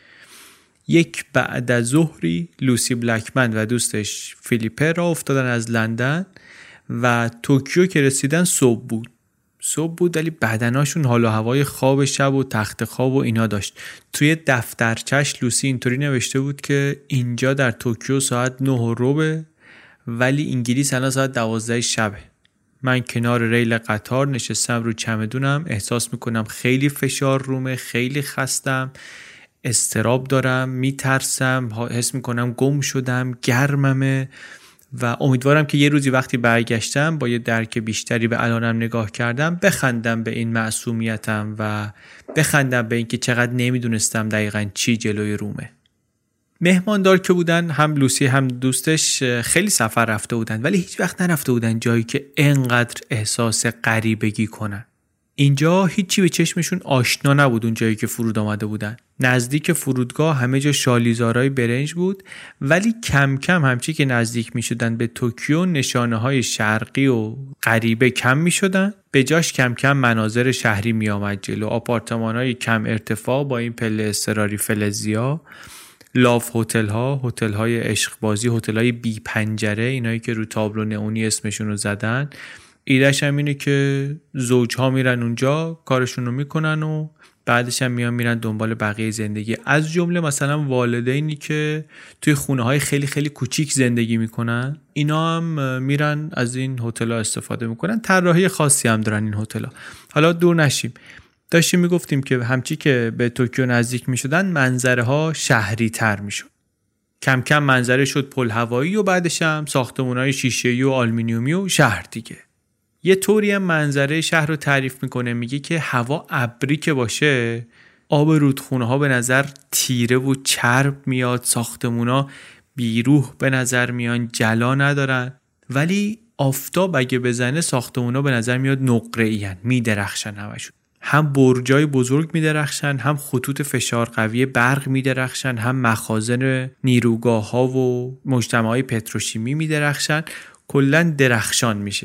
[SPEAKER 4] یک بعد از ظهری لوسی بلکمن و دوستش فیلیپه را افتادن از لندن و توکیو که رسیدن صبح بود ولی بدناشون حال و هوای خواب شب و تخت خواب و اینا داشت. توی دفترچش لوسی اینطوری نوشته بود که اینجا در توکیو ساعت 9:15 ولی انگلیس الان ساعت 12 شبه. من کنار ریل قطار نشستم رو چمدونم، احساس میکنم خیلی فشار رومه، خیلی خستم، اضطراب دارم، میترسم، حس میکنم گم شدم، گرممه و امیدوارم که یه روزی وقتی برگشتم با یه درک بیشتری به الانم نگاه کردم بخندم به این معصومیتم و بخندم به این که چقدر نمیدونستم دقیقاً چی جلوی رومه. مهماندار که بودن هم لوسی هم دوستش خیلی سفر رفته بودن ولی هیچ وقت نرفته بودن جایی که انقدر احساس غریبگی کنن. اینجا هیچی به چشمشون آشنا نبود. اون جایی که فرود آمده بودن نزدیک فرودگاه همه جا شالیزارای برنج بود ولی کم کم همچی که نزدیک می شدن به توکیو نشانه های شرقی و غریبه کم می شدن، به جاش کم کم مناظر شهری می آمد جلو. آپارتمان های کم ارتفاع با این پله اضطراری فلزیا، لاف هتل های عشق بازی، هتل های بی پنجره، اینایی که رو تابلو نئونی اسمشون رو زدن. ایده‌ش هم اینه که زوجها میرن اونجا کارشون رو میکنن و بعدش هم میرن دنبال بقیه زندگی. از جمله مثلا والدینی که توی خونه های خیلی خیلی کوچیک زندگی میکنن، اینا هم میرن از این هتل‌ها استفاده میکنن. طراحی خاصی هم دارن این هتل‌ها. حالا دور نشیم، داشتیم میگفتیم که همچی که به توکیو نزدیک میشدن منظره ها شهری تر میشد. کم کم منظره شد پل هوایی و بعدش هم ساختمان‌های شیشه‌ای و آلومینیومی و شهر دیگه. یه طوری هم منظره شهر رو تعریف میکنه، میگه که هوا ابری که باشه آب رودخونه ها به نظر تیره و چرب میاد، ساختمونا بیروح به نظر میان، جلا ندارن، ولی آفتاب اگه بزنه ساختمونا به نظر میاد نقره‌ای ان، میدرخشن همشون. هم برجای بزرگ میدرخشن، هم خطوط فشار قوی برق میدرخشن، هم مخازن نیروگاه ها و مجتمعات پتروشیمی میدرخشن. کلا درخشان میشه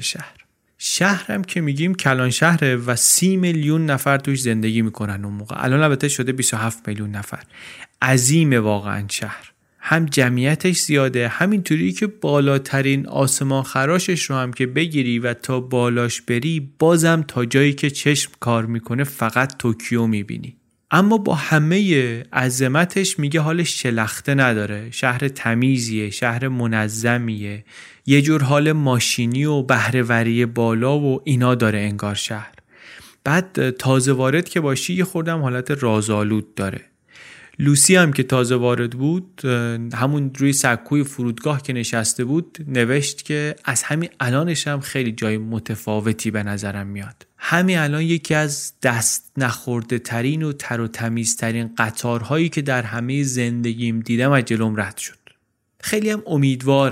[SPEAKER 4] شهر هم که میگیم کلان شهره و 30 میلیون نفر توش زندگی میکنن اون موقع. الان البته شده 27 میلیون نفر. عظیمه واقعا شهر. هم جمعیتش زیاده، همینطوری که بالاترین آسمان خراشش رو هم که بگیری و تا بالاش بری بازم تا جایی که چشم کار میکنه فقط توکیو میبینی. اما با همه عظمتش میگه حالش شلخته نداره. شهر تمیزیه، شهر منظمیه، یه جور حال ماشینی و بهره‌وری بالا و اینا داره انگار شهر. بعد تازه وارد که باشی یه خوردم حالت رازآلود داره. لوسی هم که تازه وارد بود همون روی سکوی فرودگاه که نشسته بود نوشت که از همین الانش هم خیلی جای متفاوتی به نظرم میاد. همین الان یکی از دست نخورده ترین و تر و تمیز ترین قطارهایی که در همه زندگیم دیدم از جلوم رد شد. خیلی هم امیدواره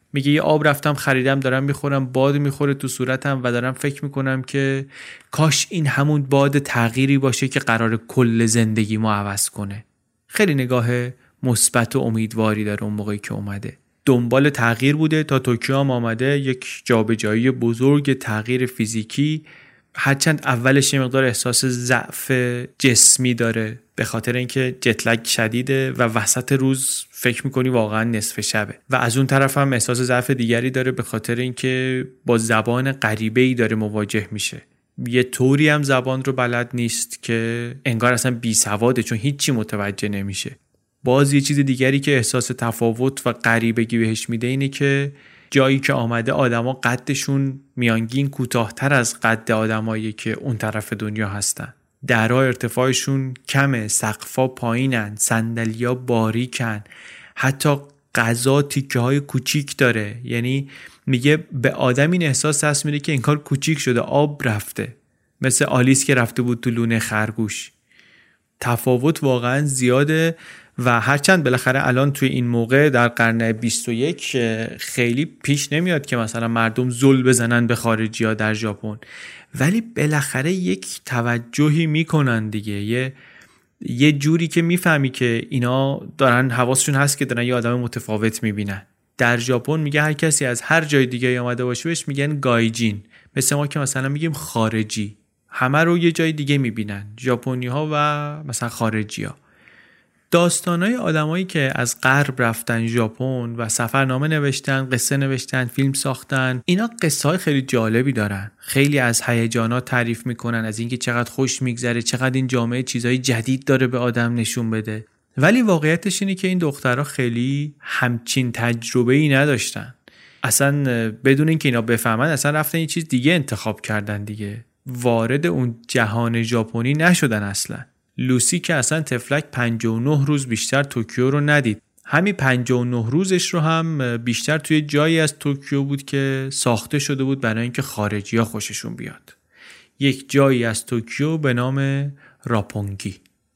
[SPEAKER 4] میگه یه آب رفتم خریدم دارم میخورم، باد میخوره تو صورتم و دارم فکر میکنم که کاش این همون باد تغییری باشه که قرار کل زندگی ما عوض کنه. خیلی نگاه مثبت و امیدواری داره اون موقعی که اومده. دنبال تغییر بوده تا توکیو هم آمده، یک جابجایی بزرگ تغییر فیزیکی. هرچند اولش یه مقدار احساس ضعف جسمی داره به خاطر اینکه جتلگ شدیده و وسط روز فکر میکنی واقعا نصف شبه، و از اون طرف هم احساس ضعف دیگری داره به خاطر اینکه با زبان غریبه‌ای داره مواجه میشه. یه طوری هم زبان رو بلد نیست که انگار اصلا بیسواده، چون هیچی متوجه نمیشه. باز یه چیز دیگری که احساس تفاوت و غریبگی بهش میده اینه که جایی که آمده آدما قدشون میانگین کوتاه‌تر از قد آدمایی که اون طرف دنیا هستن. درها ارتفاعشون کمه، سقفا پایینن، صندلیا باریکن، حتی غذا تیکه‌های کوچیک داره. یعنی میگه به آدم این احساس دست میده که انگار کوچیک شده، آب رفته، مثل آلیس که رفته بود تو لونه خرگوش. تفاوت واقعا زیاده و هرچند بالاخره الان توی این موقع در قرن 21 خیلی پیش نمیاد که مثلا مردم زل بزنن به خارجی‌ها در ژاپن، ولی بالاخره یک توجهی میکنن دیگه، یه جوری که میفهمی که اینا دارن حواسشون هست که دارن یه آدم متفاوت میبینن. در ژاپن میگه هر کسی از هر جای دیگه اومده باشه بهش میگن گایجین، مثل ما که مثلا میگیم خارجی. همه رو یه جای دیگه میبینن، ژاپنی‌ها و مثلا خارجی‌ها. داستانای آدمایی که از غرب رفتن ژاپن و سفرنامه نوشتن، قصه نوشتن، فیلم ساختن، اینا قصه‌های خیلی جالبی دارن. خیلی از هیجانات تعریف میکنن، از اینکه چقدر خوش میگذره، چقدر این جامعه چیزای جدید داره به آدم نشون بده. ولی واقعیتش اینه که این دخترها خیلی همچین تجربه‌ای نداشتن. اصلا بدون اینکه اینا بفهمن اصلا رفتن یه چیز دیگه انتخاب کردن دیگه. وارد اون جهان ژاپنی نشدن اصلا. لوسی که اصلا تفلک 59 روز بیشتر توکیو رو ندید. همین 59 روزش رو هم بیشتر توی جایی از توکیو بود که ساخته شده بود برای اینکه خارجی‌ها خوششون بیاد. یک جایی از توکیو به نام راپونگی.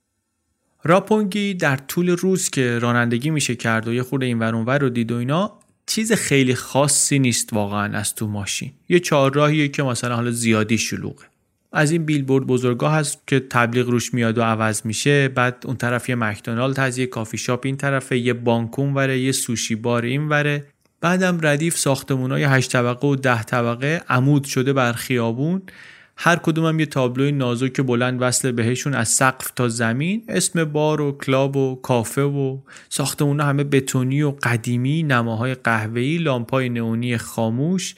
[SPEAKER 4] راپونگی در طول روز که رانندگی میشه کرد و یه خورده این ور اون ور رو دید و اینا، چیز خیلی خاصی نیست واقعا از تو ماشین. یه چهارراهیه که مثلا حالا زیادی شلوغه. از این بیلبورد بزرگا هست که تبلیغ روش میاد و عوض میشه. بعد اون طرف یه مکدونالد هست، یه کافی شاپ این طرفه، یه بانک اون وره، یه سوشی بار این وره. بعدم ردیف ساختمونای 8 طبقه و 10 طبقه عمود شده بر خیابون. هر کدوم هم یه تابلوی نازک بلند وصله بهشون از سقف تا زمین، اسم بار و کلاب و کافه و ساختمونا همه بتونی و قدیمی، نماهای قهوه‌ای، لامپای نئونی خاموش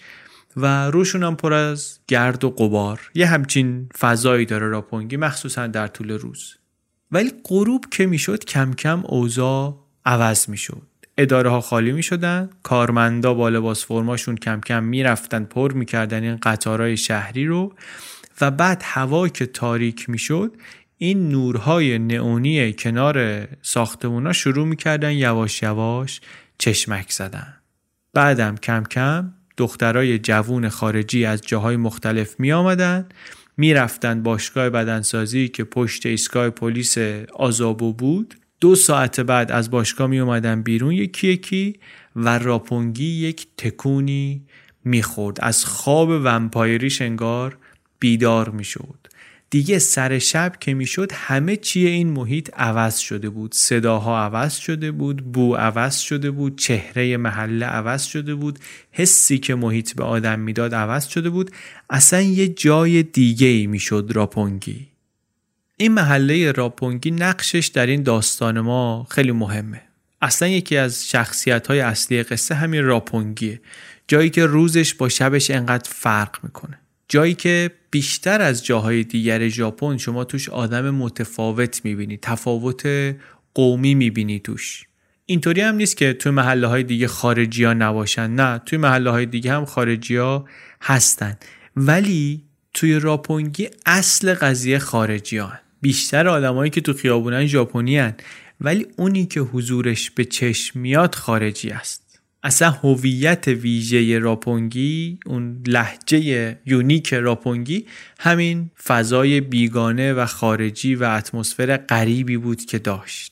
[SPEAKER 4] و روشون هم پر از گرد و غبار. یه همچین فضایی داره راپونگی، مخصوصا در طول روز. ولی غروب که میشد کم کم اوضاع عوض میشد. اداره ها خالی میشدن، کارمندا با لباس فرماشون کم کم میرفتن پر میکردن این قطارهای شهری رو، و بعد هوا که تاریک میشد این نورهای نئونی کنار ساختمونا شروع میکردن یواش یواش چشمک زدن. بعدم کم کم دخترای جوون خارجی از جاهای مختلف می آمدن، می رفتن باشگاه بدنسازی که پشت ایستگاه پلیس آزابو بود. 2 ساعت بعد از باشگاه می اومدن بیرون یکی یکی و راپونگی یک تکونی می خورد. از خواب ومپایریش انگار بیدار می شد. دیگه سر شب که می شد همه چیه این محیط عوض شده بود. صداها عوض شده بود، بو عوض شده بود، چهره محله عوض شده بود، حسی که محیط به آدم میداد عوض شده بود. اصلا یه جای دیگه‌ای می شد راپونگی. این محله راپونگی نقشش در این داستان ما خیلی مهمه. اصلا یکی از شخصیت‌های اصلی قصه همین راپونگیه. جایی که روزش با شبش انقدر فرق میکنه. جایی که بیشتر از جاهای دیگر ژاپن شما توش آدم متفاوت میبینی، تفاوت قومی میبینی توش. اینطوری هم نیست که توی محله های دیگه خارجی ها نباشن، نه، توی محله های دیگه هم خارجی ها هستن، ولی توی راپونگی اصل قضیه خارجی ها هن. بیشتر آدمایی که تو خیابونن ژاپنی هن، ولی اونی که حضورش به چشم میاد خارجی است. اصلا هویت ویژه راپونگی، اون لهجه یونیک راپونگی، همین فضای بیگانه و خارجی و اتمسفر غریبی بود که داشت.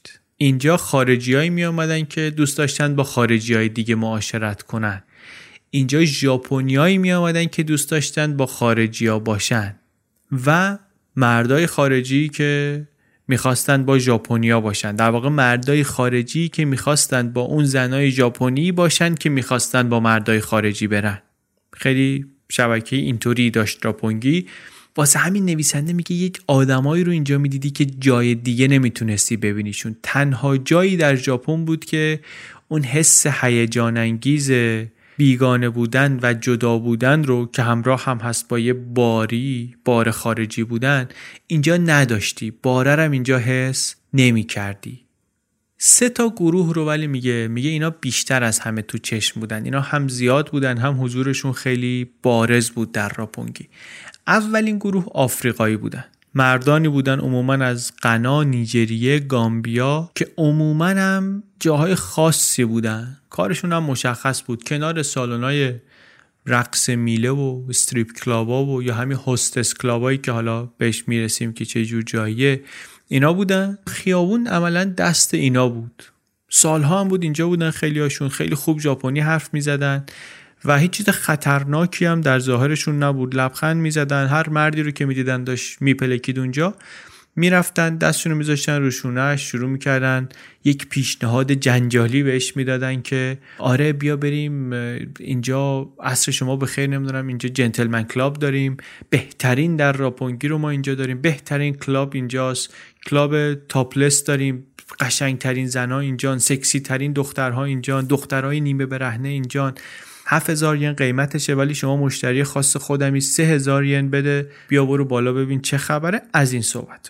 [SPEAKER 4] اینجا خارجیایی می آمدن که دوست داشتن با خارجیای دیگه معاشرت کنن. اینجا ژاپنیایی می آمدن که دوست داشتن با خارجی‌ها باشن و مردای خارجی که میخواستن با ژاپنیا باشن. در واقع مردای خارجی که میخواستن با اون زنای ژاپنی باشن که میخواستن با مردای خارجی برن. خیلی شبکه اینطوری داشت راپونگی. واسه همین نویسنده میگه یک آدمایی رو اینجا میدیدی که جای دیگه نمیتونستی ببینیشون. تنها جایی در ژاپن بود که اون حس هیجان انگیز بیگانه بودن و جدا بودن رو که همراه هم هست با یه بار خارجی بودن اینجا نداشتی. باره هم اینجا حس نمی کردی. 3 گروه رو ولی میگه اینا بیشتر از همه تو چشم بودن. اینا هم زیاد بودن، هم حضورشون خیلی بارز بود در راپونگی. اولین گروه آفریقایی بودن. مردانی بودن عموماً از غنا، نیجریه، گامبیا که عموماً هم جاهای خاصی بودن. کارشون هم مشخص بود. کنار سالن‌های رقص میله و استریپ کلابا و یا همین هاستس کلابایی که حالا بهش میرسیم که چه جور جاییه، اینا بودن. خیابون عملاً دست اینا بود. سالها هم بود اینجا بودن. خیلی هاشون خیلی خوب ژاپنی حرف میزدن و هیچ چیز خطرناکی هم در ظاهرشون نبود. لبخند میزدن. هر مردی رو که میدیدن داشت میپلکید اونجا، میرفتن دستشون رو میذاشتن رو شونه‌اش، شروع میکردن یک پیشنهاد جنجالی بهش میدادن که آره بیا بریم اینجا، عصر شما بخیر، نمیدونم اینجا جنتلمن کلاب داریم، بهترین در راپونگی رو ما اینجا داریم، بهترین کلاب اینجاست، کلاب تاپلس داریم، قشنگترین زنها اینجان، سکسی ترین دخترها اینجان، دخترای نیمه برهنه اینجان. 7000 ین قیمتشه ولی شما مشتری خاص خودمی، 3000 ین بده، بیا برو بالا ببین چه خبره. از این صحبت.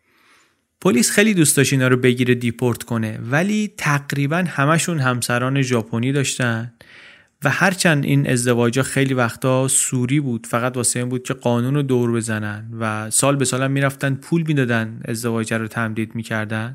[SPEAKER 4] پلیس خیلی دوست داشت اینا رو بگیره دیپورت کنه، ولی تقریبا همشون همسران ژاپنی داشتن و هرچند این ازدواجا خیلی وقتا سوری بود، فقط واسه این بود که قانون رو دور بزنن و سال به سال هم میرفتن پول میدادن ازدواج رو تمدید میکردن،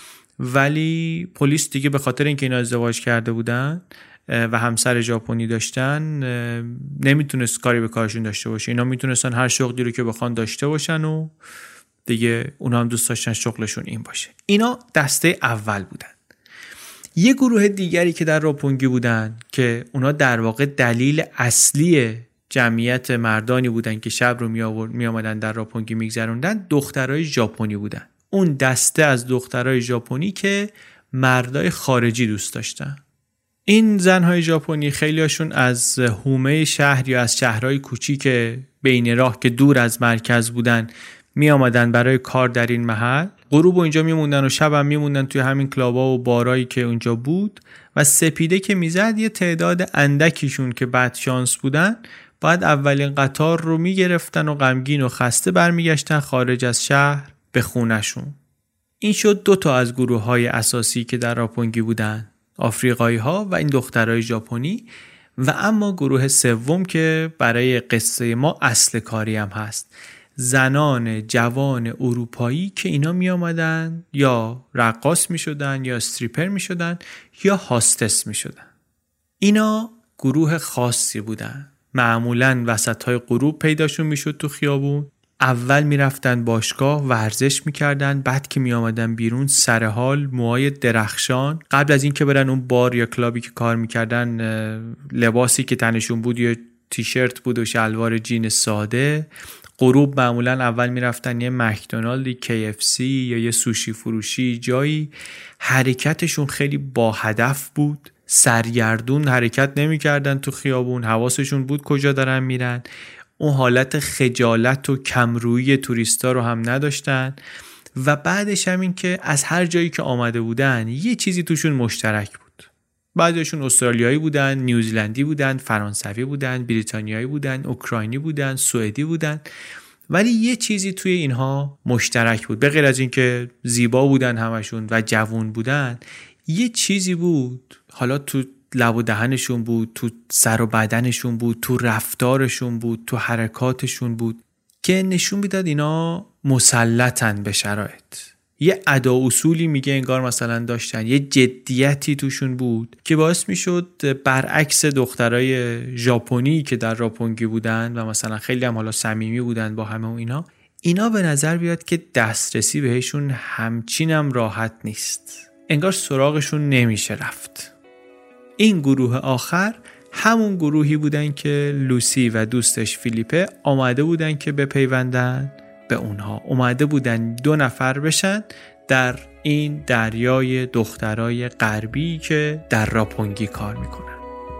[SPEAKER 4] ولی پلیس دیگه به خاطر اینکه اینا ازدواج کرده بودن و همسر ژاپنی داشتن نمیتونست کاری به کارشون داشته باشه. اینا میتونستن هر شغلی رو که بخوان داشته باشن و دیگه اونا هم دوست داشتن شغلشون این باشه. اینا دسته اول بودن. یه گروه دیگری که در راپونگی بودن که اونا در واقع دلیل اصلی جمعیت مردانی بودن که شب رو می آمدن در راپونگی میگذروندن، دخترای ژاپنی بودن. اون دسته از دخترای ژاپنی که مردای خارجی دوست داشتن. این زنهای ژاپنی خیلیاشون از حومه شهر یا از شهرهای کوچیک بین راه که دور از مرکز بودن می آمدن برای کار در این محل. غروب اینجا میموندن و شب هم میموندن توی همین کلابا و بارایی که اونجا بود و سپیده که میزد یه تعداد اندکیشون که بد شانس بودن بعد اولین قطار رو میگرفتن و غمگین و خسته برمیگشتن خارج از شهر به خونشون. این شد 2 از گروه‌های اساسی که در راپونگی بودن، آفریقایی ها و این دخترای ژاپنی. و اما گروه سوم که برای قصه ما اصل کاری هم هست، زنان جوان اروپایی که اینا می آمدن یا رقاص می شدن یا استریپر می شدن یا هاستس می شدن. اینا گروه خاصی بودن. معمولاً وسطای غروب پیداشون می شد تو خیابون. اول می رفتن باشگاه ورزش می کردن، بعد که می آمدن بیرون سرحال، موهای درخشان، قبل از این که برن اون بار یا کلابی که کار می کردن لباسی که تنشون بود یا تیشرت بود و شلوار جین ساده. غروب معمولا اول می رفتن یه مکدونالدی، KFC یا یه سوشی فروشی جایی. حرکتشون خیلی با هدف بود، سرگردون حرکت نمی کردن تو خیابون، حواسشون بود کجا دارن میرن. اون حالت خجالت و کمرویی توریستا رو هم نداشتن و بعدش هم این که از هر جایی که آمده بودن یه چیزی توشون مشترک بود. بعضیشون استرالیایی بودن، نیوزیلندی بودن، فرانسوی بودن، بریتانیایی بودن، اوکراینی بودن، سوئدی بودن، ولی یه چیزی توی اینها مشترک بود. به غیر از این که زیبا بودن همشون و جوان بودن، یه چیزی بود، حالا تو لب و دهنشون بود، تو سر و بدنشون بود، تو رفتارشون بود، تو حرکاتشون بود که نشون میداد اینا مسلطن به شرایط. یه ادا اصولی میگه انگار مثلا داشتن، یه جدیتی توشون بود که باعث میشد برعکس دخترای ژاپنی که در راپونگی بودن و مثلا خیلی هم حالا صمیمی بودن با همه و اینا به نظر بیاد که دسترسی بهشون همچین هم راحت نیست. انگار سراغشون نمیشه رفت. این گروه آخر همون گروهی بودن که لوسی و دوستش فیلیپه آمده بودن که بپیوندن به اونها، اومده بودن 2 نفر بشن در این دریای دخترای غربی که در راپونگی کار میکنن.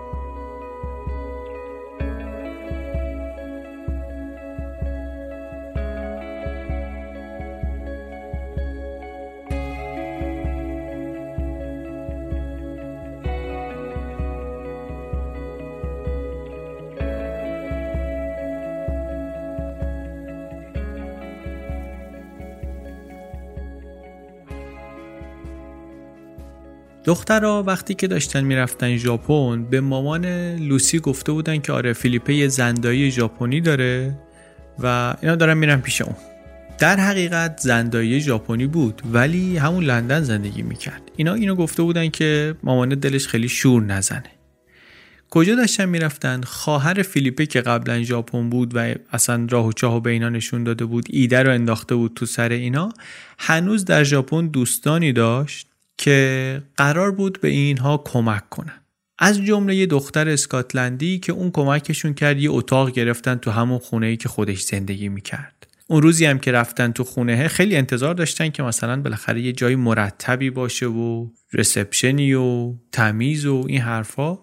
[SPEAKER 4] دخترها وقتی که داشتن میرفتن ژاپن به مامان لوسی گفته بودن که آره فیلیپه یه زندایی ژاپنی داره و اینا دارن میرن پیش اون. در حقیقت زندایی ژاپنی بود ولی همون لندن زندگی میکرد. اینو گفته بودن که مامان دلش خیلی شور نزنه. کجا داشتن میرفتن؟ خواهر فیلیپه که قبلا ژاپن بود و اصلا راه و چاه به اینا نشون داده بود، ایده رو انداخته بود تو سر اینا، هنوز در ژاپن دوستانی داشت که قرار بود به اینها کمک کنن. از جمله یه دختر اسکاتلندی که اون کمکشون کرد، یه اتاق گرفتن تو همون خونه‌ای که خودش زندگی میکرد. اون روزی هم که رفتن تو خونه خیلی انتظار داشتن که مثلا بالاخره یه جای مرتبی باشه و رسپشنی و تمیز و این حرفا،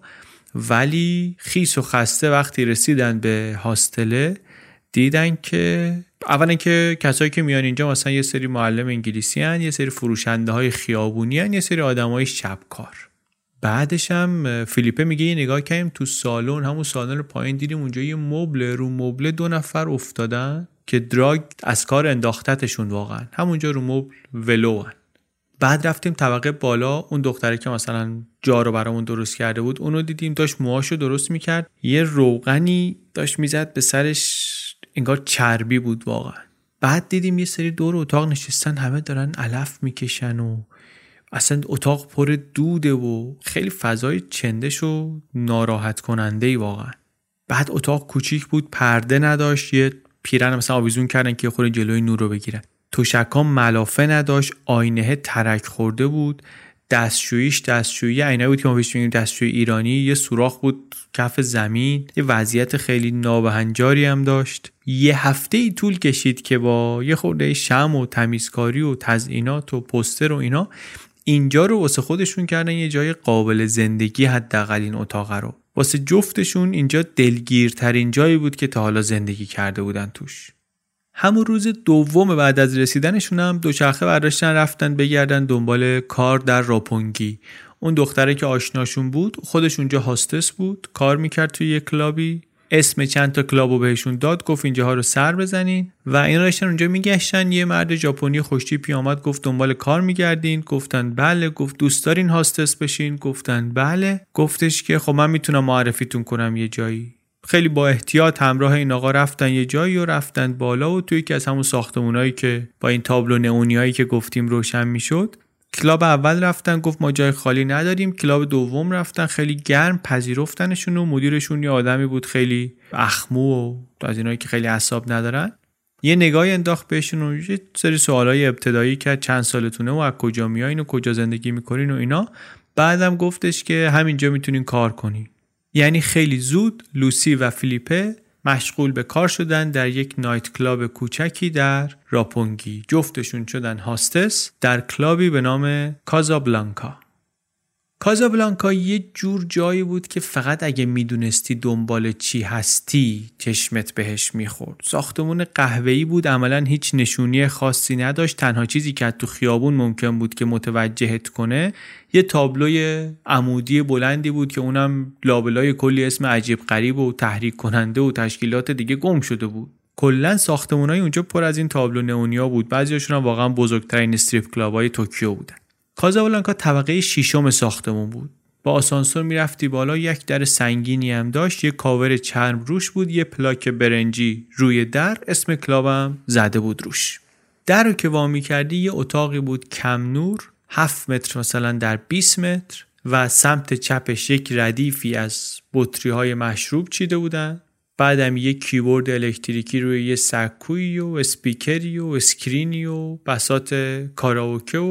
[SPEAKER 4] ولی خیس و خسته وقتی رسیدن به هاستله دیدن که اولا که کسایی که میان اینجا مثلا یه سری معلم انگلیسی هن، یه سری فروشنده های خیابونی هن، یه سری آدم های شبکار. بعدش هم فیلیپه میگه یه نگاه کردیم تو سالن، همون سالن پایین دیدیم اونجا یه مبل، رو مبل 2 نفر افتادن که دراگ از کار انداختتشون، واقعا همونجا رو مبل ولو هن. بعد رفتیم طبقه بالا، اون دختره که مثلا جا رو برامون درست کرده بود اونو دیدیم داشت موهاشو درست میکرد، یه روغنی داشت میزد به سرش، انگار چربی بود واقعا. بعد دیدیم یه سری دور اتاق نشستن، همه دارن علف میکشن و اصلا اتاق پر دوده و خیلی فضای چندش و ناراحت کننده‌ای واقعا. بعد اتاق کوچیک بود، پرده نداشت، یه پیرن مثلا آویزون کردن که خود جلوی نور رو بگیرن. توشک‌ها ملافه نداشت، آینه ترک خورده بود، دستشویی عینه بود که ما بهش میگیم دستشویی ایرانی، یه سوراخ بود کف زمین، یه وضعیت خیلی نابهنجاری هم داشت. یه هفته‌ای طول کشید که با یه خورده شمع و تمیزکاری و تزیینات و پوستر و اینا اینجا رو واسه خودشون کردن یه جای قابل زندگی، حداقل این اتاق رو. واسه جفتشون اینجا دلگیرترین جایی بود که تا حالا زندگی کرده بودن توش. همون روز دوم بعد از رسیدنشون هم دوچرخه برداشتن رفتن بگردن دنبال کار در راپونگی. اون دختره که آشناشون بود خودش اونجا هاستس بود، کار میکرد توی یه کلابی، اسم چند تا کلابو بهشون داد، گفت اینجاها رو سر بزنین و اینا داشتن اونجا میگشتن. یه مرد ژاپنی خوشتیپی اومد گفت دنبال کار میگردین؟ گفتن بله. گفت دوست دارین هاستس بشین؟ گفتن بله. گفتش که خب من میتونم معرفیتون کنم یه جایی. خیلی با احتیاط همراه این آقا رفتن یه جایی و رفتن بالا و توی یکی از همون ساختمونایی که با این تابلو نئونیایی که گفتیم روشن میشد، کلاب اول رفتن، گفت ما جای خالی نداریم. کلاب دوم رفتن، خیلی گرم پذیرفتنشون و مدیرشون یه آدمی بود خیلی اخمو و از اینایی که خیلی اعصاب ندارن. یه نگاهی انداخت بهشون و یه سری سوالای ابتدایی کرد، چند سالتونه و از کجا میایین و کجا زندگی میکنین و اینا. بعدم گفتش که همینجا میتونین کار کنین. یعنی خیلی زود لوسی و فیلیپه مشغول به کار شدن در یک نایت کلاب کوچکی در راپونگی. جفتشون شدن هاستس در کلابی به نام کازابلانکا. کازابلانکا یه جور جایی بود که فقط اگه میدونستی دنبال چی هستی چشمت بهش میخورد. ساختمون قهوه‌ای بود، عملاً هیچ نشونی خاصی نداشت. تنها چیزی که تو خیابون ممکن بود که متوجهت کنه یه تابلوی عمودی بلندی بود که اونم لابلای کلی اسم عجیب غریب و تحریک کننده و تشکیلات دیگه گم شده بود. کلا ساختمونای اونجا پر از این تابلو نئونیا بود. بعضیاشون هم واقعا بزرگترین استریپ کلابای توکیو بودن. کازابلانکا طبقه 6 ساختمون بود. با آسانسور میرفتی بالا، یک در سنگینی هم داشت، یک کاور چرم روش بود، یه پلاک برنجی روی در، اسم کلابم زده بود روش. در رو که وا می‌کردی یه اتاقی بود کم نور، 7 متر مثلا در 20 متر و سمت چپش یک ردیفی از بطری‌های مشروب چیده بودن. بعدم یک کیبورد الکتریکی روی یه سکویی و اسپیکری و اسکرینی و بساط کاراوکه و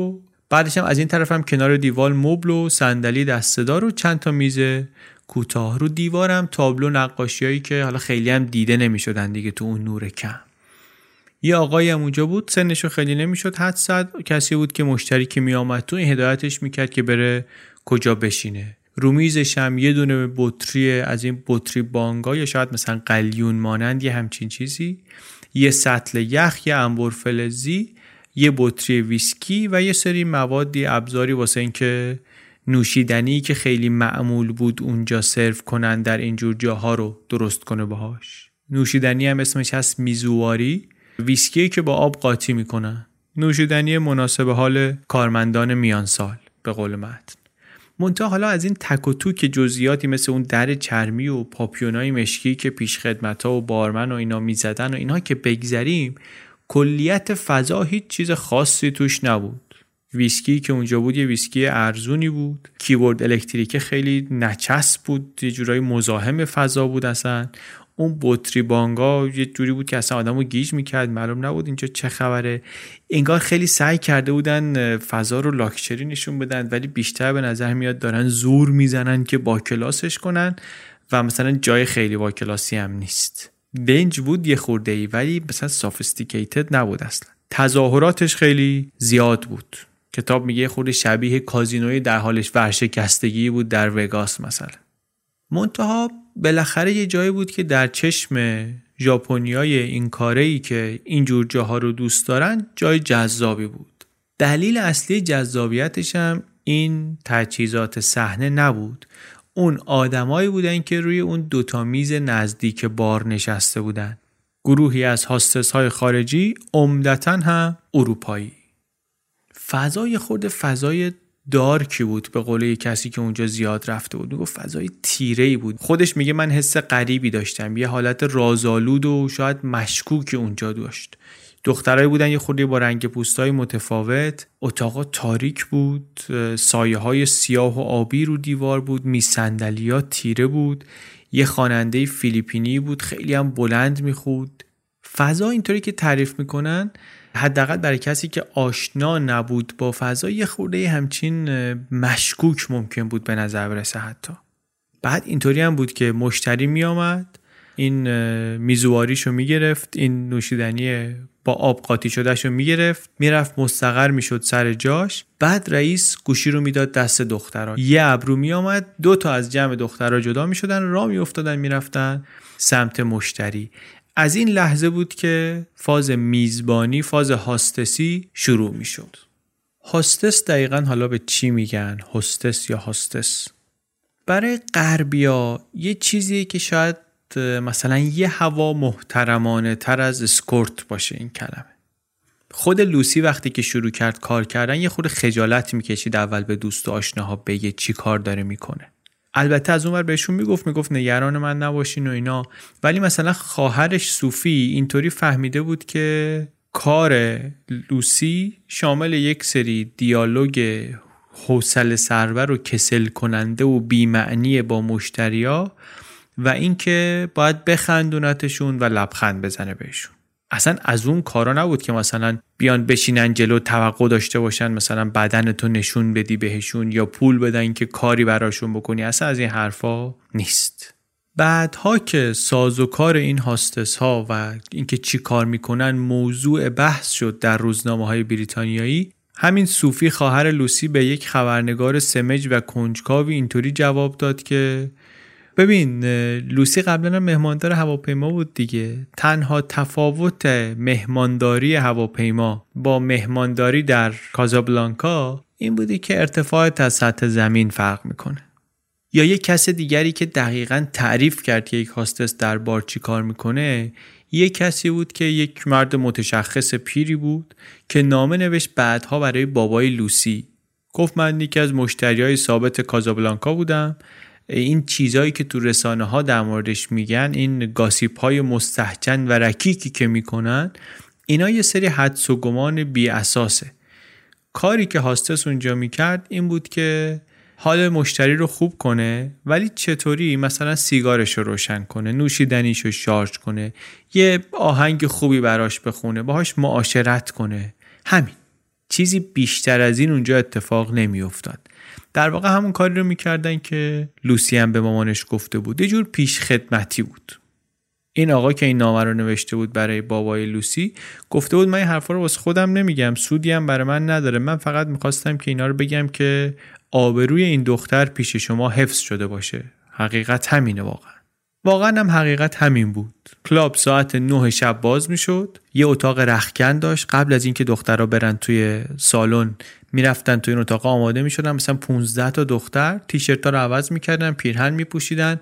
[SPEAKER 4] بعدش هم از این طرف هم کنار دیوار مبل و صندلی دسته‌دار و چند تا میز کوتاه. رو دیوارم تابلو نقاشیایی که حالا خیلی هم دیده نمی‌شدن دیگه تو اون نور کم. یه آقایی هم اونجا بود، سنشو خیلی نمیشد حد زد، کسی بود که مشتری که می آمد تو این هدایتش میکرد که بره کجا بشینه. رو میزش هم یه دونه بطری از این بطری بانگا یا شاید مثلا قلیون مانند یه همچین چیزی، یه سطل یخ، یه انبر فلزی، یه بطری ویسکی و یه سری موادی ابزاری واسه این که نوشیدنی که خیلی معمول بود اونجا سرو کنن در اینجور جاها رو درست کنه باهاش. نوشیدنی هم اسمش هست میزواری، ویسکی که با آب قاطی میکنن. نوشیدنی مناسب حال کارمندان میان سال به قول متن. منتها حالا از این تک و توک جزئیاتی مثل اون در چرمی و پاپیونای مشکی که پیش خدمتا و بارمن و اینا میزدن و اینها که بگذریم، کلیت فضا هیچ چیز خاصی توش نبود. ویسکی که اونجا بود یه ویسکی ارزونی بود، کیبورد الکتریکی خیلی نچسب بود، یه جورایی مزاحم فضا بود. اصلا اون بطری بانگا یه جوری بود که اصلا آدمو گیج میکرد، معلوم نبود اینجا چه خبره. انگار خیلی سعی کرده بودن فضا رو لاکچری نشون بدن، ولی بیشتر به نظر میاد دارن زور میزنن که با کلاسش کنن و مثلا جای خیلی با کلاسی هم نیست. دنج بود یه خورده‌ای ولی مثلا سافیستیکیتد نبود اصلا. تظاهراتش خیلی زیاد بود. کتاب میگه خورده شبیه کازینوی در حالش ورشکستگی بود در وگاس مثلا. منتها بالاخره یه جایی بود که در چشم ژاپنیای این کاره‌ای که اینجور جاها رو دوست دارن جای جذابی بود. دلیل اصلی جذابیتش هم این تجهیزات صحنه نبود، اون آدمایی بودن که روی اون دوتا میز نزدیک بار نشسته بودن. گروهی از هاستس‌های خارجی، عمدتاً هم اروپایی. فضای خورده فضای دارکی بود به قول کسی که اونجا زیاد رفته بود. میگه فضای تیره‌ای بود. خودش میگه من حس غریبی داشتم، یه حالت رازآلود و شاید مشکوکی اونجا داشت. دخترایی بودن یه خورده با رنگ پوستای متفاوت، اتاقا تاریک بود، سایه‌های سیاه و آبی رو دیوار بود، میز صندلی‌ها تیره بود، یه خواننده فیلیپینی بود خیلی هم بلند میخوند. فضا اینطوری که تعریف میکنن حداقل برای کسی که آشنا نبود با فضا یه خورده همچین مشکوک ممکن بود به نظر برسه حتی. بعد اینطوری هم بود که مشتری می آمد، این میزواریشو می گرفت، این نوشیدنی با آب قاطی شدهشو می گرفت، می رفت مستقر می شد سر جاش. بعد رئیس گوشی رو می داد دست دخترها، یه ابرو می آمد، 2 تا از جمع دخترها جدا می شدن، راه می افتادن می رفتن سمت مشتری. از این لحظه بود که فاز میزبانی، فاز هاستسی شروع می شد. هاستس دقیقاً حالا به چی میگن؟ هاستس یا هاستس؟ برای غربیا یه چیزیه که شاید مثلا یه هوا محترمانه تر از اسکورت باشه این کلمه. خود لوسی وقتی که شروع کرد کار کردن یه خورده خجالت میکشید اول به دوست و آشناها بگه چی کار داره میکنه. البته از اون ور بهشون میگفت نگران من نباشین و اینا، ولی مثلا خواهرش صوفی اینطوری فهمیده بود که کار لوسی شامل یک سری دیالوگ حوصله سرور و کسل کننده و بی‌معنی با مشتریا و اینکه باید بخندونتشون و لبخند بزنه بهشون. اصلا از اون کارا نبود که مثلا بیان بشینن جلو توقع داشته باشن مثلا بدنتو نشون بدی بهشون یا پول بدن که کاری براشون بکنی. اصلا از این حرفا نیست. بعدها که سازوکار این هاستس ها و اینکه چی کار میکنن موضوع بحث شد در روزنامه های بریتانیایی، همین صوفی خواهر لوسی به یک خبرنگار سمج و کنجکاوی اینطوری جواب داد که ببین لوسی قبلا مهماندار هواپیما بود دیگه. تنها تفاوت مهمانداری هواپیما با مهمانداری در کازابلانکا این بودی که ارتفاعت از سطح زمین فرق میکنه. یا یک کس دیگری که دقیقاً تعریف کرد که یک هاستس در بار چی کار میکنه، یک کسی بود که یک مرد متشخص پیری بود که نامه نوشت بعدها برای بابای لوسی. گفت من یکی از مشتریای ثابت کازابلانکا بودم. این چیزایی که تو رسانه ها در موردش میگن، این گاسیپ های مستهجن و رکیکی که میکنن، اینا یه سری حدس و گمان بی اساسه. کاری که هاستس اونجا میکرد این بود که حال مشتری رو خوب کنه، ولی چطوری؟ مثلا سیگارش رو روشن کنه، نوشیدنیش رو شارژ کنه، یه آهنگ خوبی براش بخونه، باهاش معاشرت کنه. همین چیزی بیشتر از این اونجا اتفاق نمیافتاد. در واقع همون کاری رو میکردن که لوسی هم به مامانش گفته بود. یه جور پیش خدمتی بود. این آقا که این نامه رو نوشته بود برای بابای لوسی گفته بود من این حرفا رو واسه خودم نمیگم، سودی هم برای من نداره، من فقط میخواستم که اینا رو بگم که آبروی این دختر پیش شما حفظ شده باشه. حقیقت همینه. واقعا هم حقیقت همین بود. کلاب ساعت 9 شب باز میشد. یه اتاق رختکن داشت. قبل از اینکه دخترها برن توی سالن میرفتن توی این اتاق آماده میشدن، مثلا 15 تا دختر تیشرتا رو عوض میکردن، پیرهن میپوشیدن.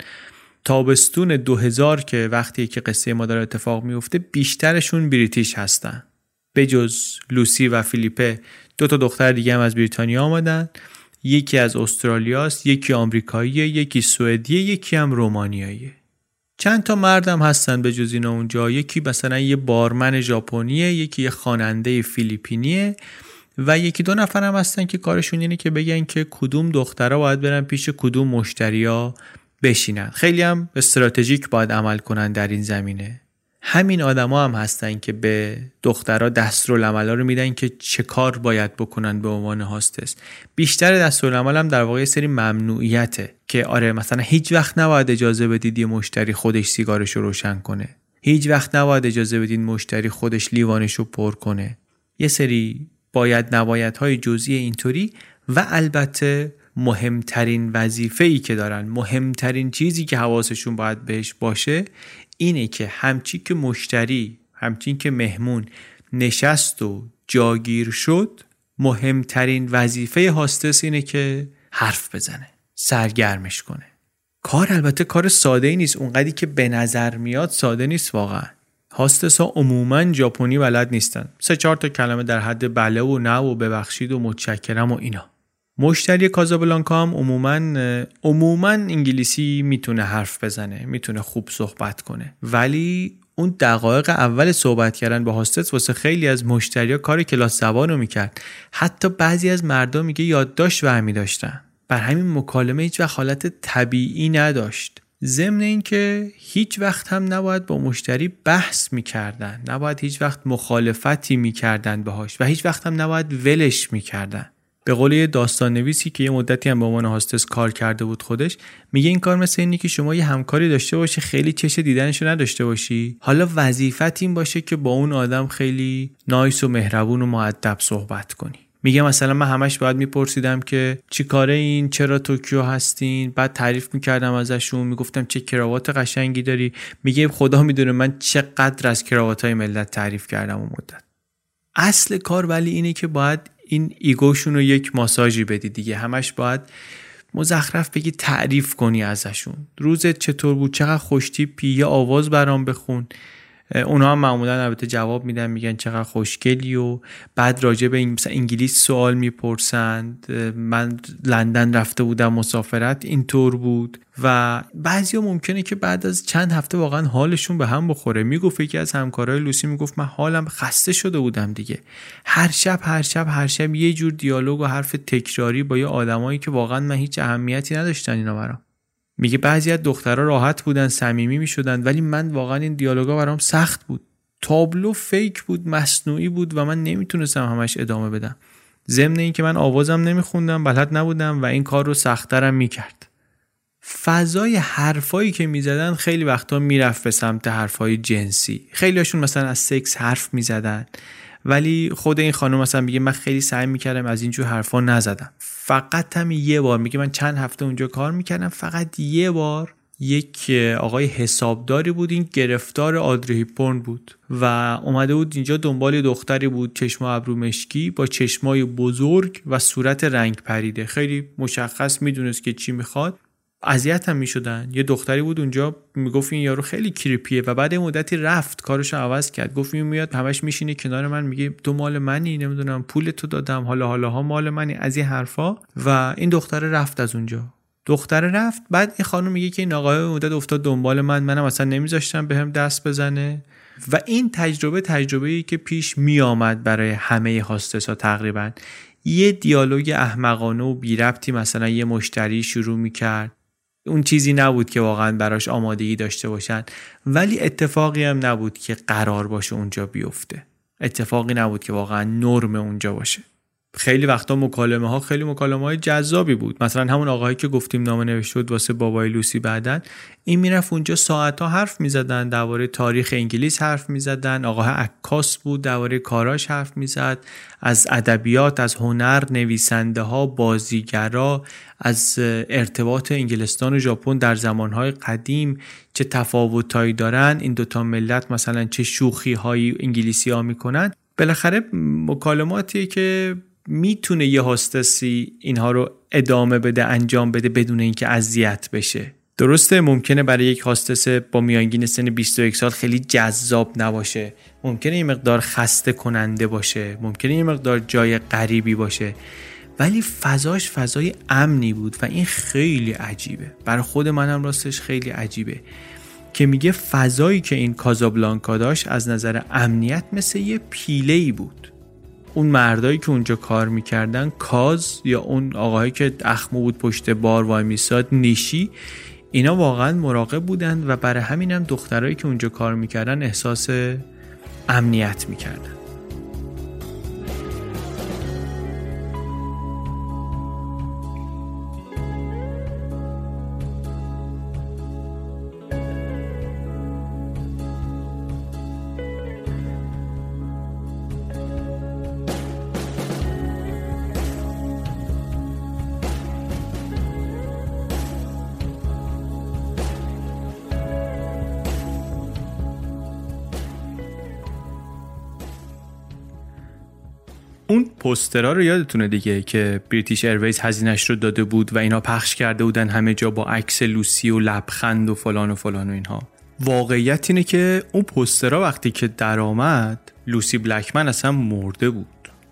[SPEAKER 4] تابستون 2000 که وقتی که قصه ما داره اتفاق میفته بیشترشون بریتیش هستن. به جز لوسی و فیلیپه 2 تا دختر دیگه هم از بریتانیا آمدن. یکی از استرالیاست، یکی آمریکاییه، یکی سوئدیه، یکی هم رومانیاییه. چند تا مردم هستن به جز اینا اونجا. یکی مثلا یه بارمن ژاپنیه، یکی یه خواننده فیلیپینیه و یکی 2 نفر هم هستن که کارشون اینه که بگن که کدوم دخترها باید برن پیش کدوم مشتریا بشینن. خیلی هم استراتژیک باید عمل کنن در این زمینه. همین آدما هم هستن که به دخترها دستورالعملا رو میدن که چه کار باید بکنن به عنوان هاستس. بیشتر دستورالعمل هم در واقع یه سری ممنوعیته که آره مثلا هیچ وقت نباید اجازه بدید یه مشتری خودش سیگارش رو روشن کنه. هیچ وقت نباید اجازه بدید مشتری خودش لیوانش رو پر کنه. یه سری باید نبایدهای جزئی اینطوری و البته مهمترین وظیفه‌ای که دارن، مهمترین چیزی که حواسشون باید بهش باشه اینه که همچین که مشتری، همچین که مهمون نشست و جاگیر شد، مهمترین وظیفه هاستس اینه که حرف بزنه، سرگرمش کنه. کار البته کار ساده ای نیست، اونقدری که به نظر میاد ساده نیست واقعا. هاستس ها عموماً ژاپنی بلد نیستن. 3-4 تا کلمه در حد بله و نه و ببخشید و متشکرم و اینا. مشتری کازابلانکا هم عموماً انگلیسی میتونه حرف بزنه، میتونه خوب صحبت کنه، ولی اون دقایق اول صحبت کردن با هاستس واسه خیلی از مشتریا کار کلاس زبانو میکرد. حتی بعضی از مردم میگه یادداشت برمی داشتن. بر همین مکالمه هیچ وقت حالت طبیعی نداشت. ضمن این که هیچ وقت هم نباید با مشتری بحث میکردن، نباید هیچ وقت مخالفتی میکردن باهاش و هیچ وقت هم نباید ولش میکردن. به قول یه داستان نویسی که یه مدتی هم به عنوان هاستس کار کرده بود خودش، میگه این کار مثل اینه که شما یه همکاری داشته باشی خیلی چش دیدنشو نداشته باشی، حالا وظیفت این باشه که با اون آدم خیلی نایس و مهربون و مؤدب صحبت کنی. میگه مثلا من همش باید میپرسیدم که چی کاره این، چرا توکیو هستین، بعد تعریف میکردم ازشون، میگفتم چه کراوات قشنگی داری. میگه خدا میدونه من چقدر از کراواتای ملت تعریف کردم اون مدت. اصل کار ولی اینه که باید این ایگوشون رو یک ماساژی بدی دیگه. همش باید مزخرف بگی، تعریف کنی ازشون. روزت چطور بود، چقدر خوشتیپی، یه آواز برام بخون. اونا هم معمولا البته جواب میدن، میگن چقدر خوشگلی و بعد راجع به مثلا انگلیس سوال میپرسند. من لندن رفته بودم مسافرت اینطور بود. و بعضیا ممکنه که بعد از چند هفته واقعا حالشون به هم بخوره. میگفت یکی از همکارای لوسی میگفت من حالم خسته شده بودم دیگه. هر شب یه جور دیالوگ و حرف تکراری با یه آدمایی که واقعا من هیچ اهمیتی نداشتن اینا برام. میگه بعضی از دخترها راحت بودن، صمیمی میشدن، ولی من واقعا این دیالوگا برام سخت بود. تابلو فیک بود، مصنوعی بود و من نمیتونستم همش ادامه بدم. ضمن این که من آوازم نمیخوندم، بلد نبودم و این کار رو سخت‌ترم میکرد. فضای حرفایی که میزدن خیلی وقتا میرفت به سمت حرفای جنسی. خیلی هاشون مثلا از سکس حرف میزدن، ولی خود این خانم مثلا میگه من خیلی سعی میکردم از اینجور حرفا نزدم. فقط هم یه بار، میگه من چند هفته اونجا کار میکردم، فقط یه بار یک آقای حسابداری بود، این گرفتار آدری هیپورن بود و اومده بود اینجا دنبال دختری بود، چشم و ابرو مشکی با چشمای بزرگ و صورت رنگ پریده. خیلی مشخص میدونست که چی میخواد. اذیت هم میشدن. یه دختری بود اونجا میگفت این یارو خیلی کریپیه و بعد مدتی رفت کارشو عوض کرد. گفت این میاد همش میشینه کنار من میگه تو مال منی، نمیدونم پول تو دادم، حالا مال منی، از این حرفا. و این دختره رفت از اونجا. دختره رفت. بعد این خانم میگه که این آقای مدت افتاد دنبال منم اصلا نمیذاشتم بهم دست بزنه. و این تجربه‌ای که پیش میآمد برای همه هاستس‌ها تقریبا. یه دیالوگ احمقانه و بی ربطی مثلا یه مشتری شروع میکرد، اون چیزی نبود که واقعا براش آمادگی داشته باشن، ولی اتفاقی هم نبود که قرار باشه اونجا بیفته، اتفاقی نبود که واقعا نرم اونجا باشه. خیلی وقتا مکالمه‌های جذابی بود. مثلا همون آقایی که گفتیم نامه نوشته بود واسه بابای لوسی، بعدن این میرفت اونجا ساعت‌ها حرف می‌زدن، درباره تاریخ انگلیس حرف می‌زدن. آقای عکاس بود، درباره کاراش حرف می‌زد، از ادبیات، از هنر، نویسنده‌ها، بازیگرا، از ارتباط انگلستان و ژاپن در زمانهای قدیم، چه تفاوتایی دارن این دوتا ملت، مثلا چه شوخی‌هایی انگلیسی‌ها می‌کنن. بالاخره مکالماتیه که میتونه یه هاستسی اینها رو ادامه بده، انجام بده بدون اینکه اذیت بشه. درسته ممکنه برای یک هاستس با میانگین سن 21 سال خیلی جذاب نباشه، ممکنه یه مقدار خسته کننده باشه، ممکنه یه مقدار جای غریبی باشه، ولی فضاش فضای امنی بود و این خیلی عجیبه. برای خود منم راستش خیلی عجیبه که میگه فضایی که این کازابلانکا داشت از نظر امنیت مثل یه پیله‌ای بود. اون مردایی که اونجا کار میکردن، کاز یا اون آقاهایی که اخمو بود پشت بار وای میساد، نیشی، اینا واقعا مراقب بودن و برای همینم دخترایی که اونجا کار میکردن احساس امنیت میکردن. اون پوسترها رو یادتونه دیگه که بریتیش ایرویز هزینه‌اش رو داده بود و اینا پخش کرده بودن همه جا با عکس لوسی و لبخند و فلان و فلان و اینها. واقعیت اینه که اون پوسترها وقتی که در آمد لوسی بلکمن اصلا مرده بود.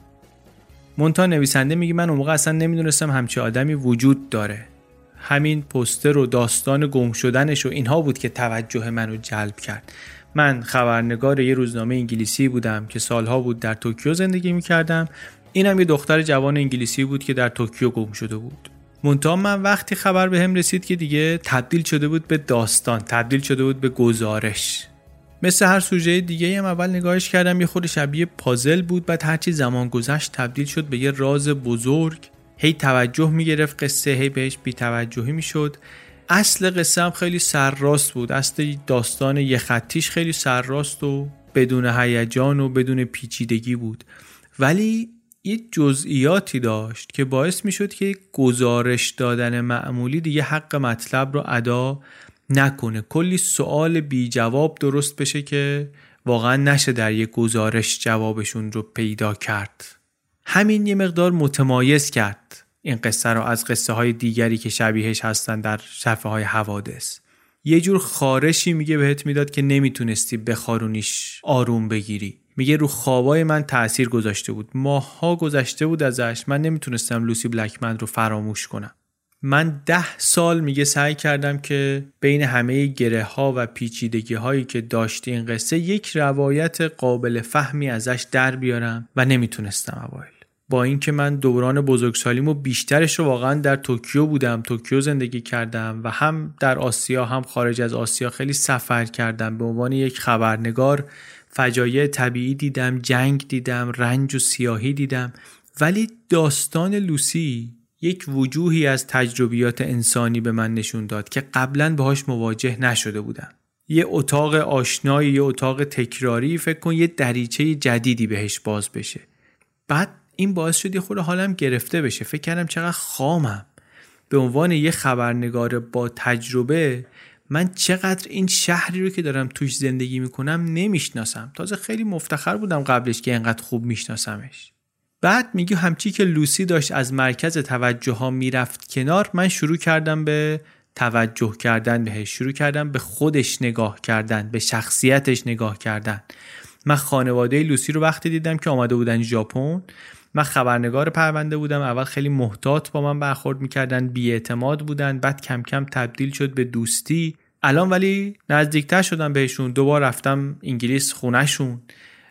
[SPEAKER 4] مونتا نویسنده میگه من اون موقع اصلا نمیدونستم همچین آدمی وجود داره. همین پوستر و داستان گم شدنش و اینها بود که توجه منو جلب کرد. من خبرنگار یه روزنامه انگلیسی بودم که سالها بود در توکیو زندگی میکردم. اینم یه دختر جوان انگلیسی بود که در توکیو گم شده بود. منتها من وقتی خبر بهم رسید که دیگه تبدیل شده بود به داستان، تبدیل شده بود به گزارش. مثل هر سوژه دیگه هم اول نگاهش کردم یه خود شبیه پازل بود، بعد هرچی زمان گذشت تبدیل شد به یه راز بزرگ. هی توجه میگرفت قصه، هی بهش بی توجهی میشد. اصل قصه هم خیلی سرراست بود. اصل داستان یه خطیش خیلی سرراست و بدون هیجان و بدون پیچیدگی بود، ولی یه جزئیاتی داشت که باعث میشد که گزارش دادن معمولی دیگه حق مطلب رو ادا نکنه. کلی سوال بی جواب درست بشه که واقعا نشه در یه گزارش جوابشون رو پیدا کرد. همین یه مقدار متمایز کرد این قصه رو از قصه های دیگری که شبیهش هستن در صفحه های حوادث. یه جور خارشی میگه بهت میداد که نمیتونستی بخارونیش آروم بگیری. میگه رو خوابای من تأثیر گذاشته بود. ماها گذشته بود ازش، من نمیتونستم لوسی بلکمن رو فراموش کنم. من 10 سال میگه سعی کردم که بین همه گره ها و پیچیدگی هایی که داشت این قصه یک روایت قابل فهمی ازش در بیارم و نمیتونستم اوایل. با اینکه من دوران بزرگسالیمو بیشترش رو واقعا در توکیو بودم، توکیو زندگی کردم و هم در آسیا هم خارج از آسیا خیلی سفر کردم. به عنوان یک خبرنگار فجایع طبیعی دیدم، جنگ دیدم، رنج و سیاهی دیدم، ولی داستان لوسی یک وجوهی از تجربیات انسانی به من نشون داد که قبلا باهاش مواجه نشده بودم. یه اتاق آشنایی، یه اتاق تکراری، فکر کن یه دریچه جدیدی بهش باز بشه. بعد این باعث شد یه خورده حالم گرفته بشه. فکر کردم چقدر خامم. به عنوان یه خبرنگار با تجربه من چقدر این شهری رو که دارم توش زندگی میکنم نمیشناسم. تازه خیلی مفتخر بودم قبلش که اینقدر خوب میشناسمش. بعد میگه همچی که لوسی داشت از مرکز توجه ها میرفت کنار، من شروع کردم به توجه کردن بهش، شروع کردم به خودش نگاه کردن، به شخصیتش نگاه کردن. من خانواده لوسی رو وقتی دیدم که آمده بودن ژاپن، من خبرنگار پرونده بودم، اول خیلی محتاط با من برخورد میکردن، بی‌اعتماد بودن، بعد کم کم تبدیل شد به دوستی. الان ولی نزدیکتر شدم بهشون. دوبار رفتم انگلیس خونهشون،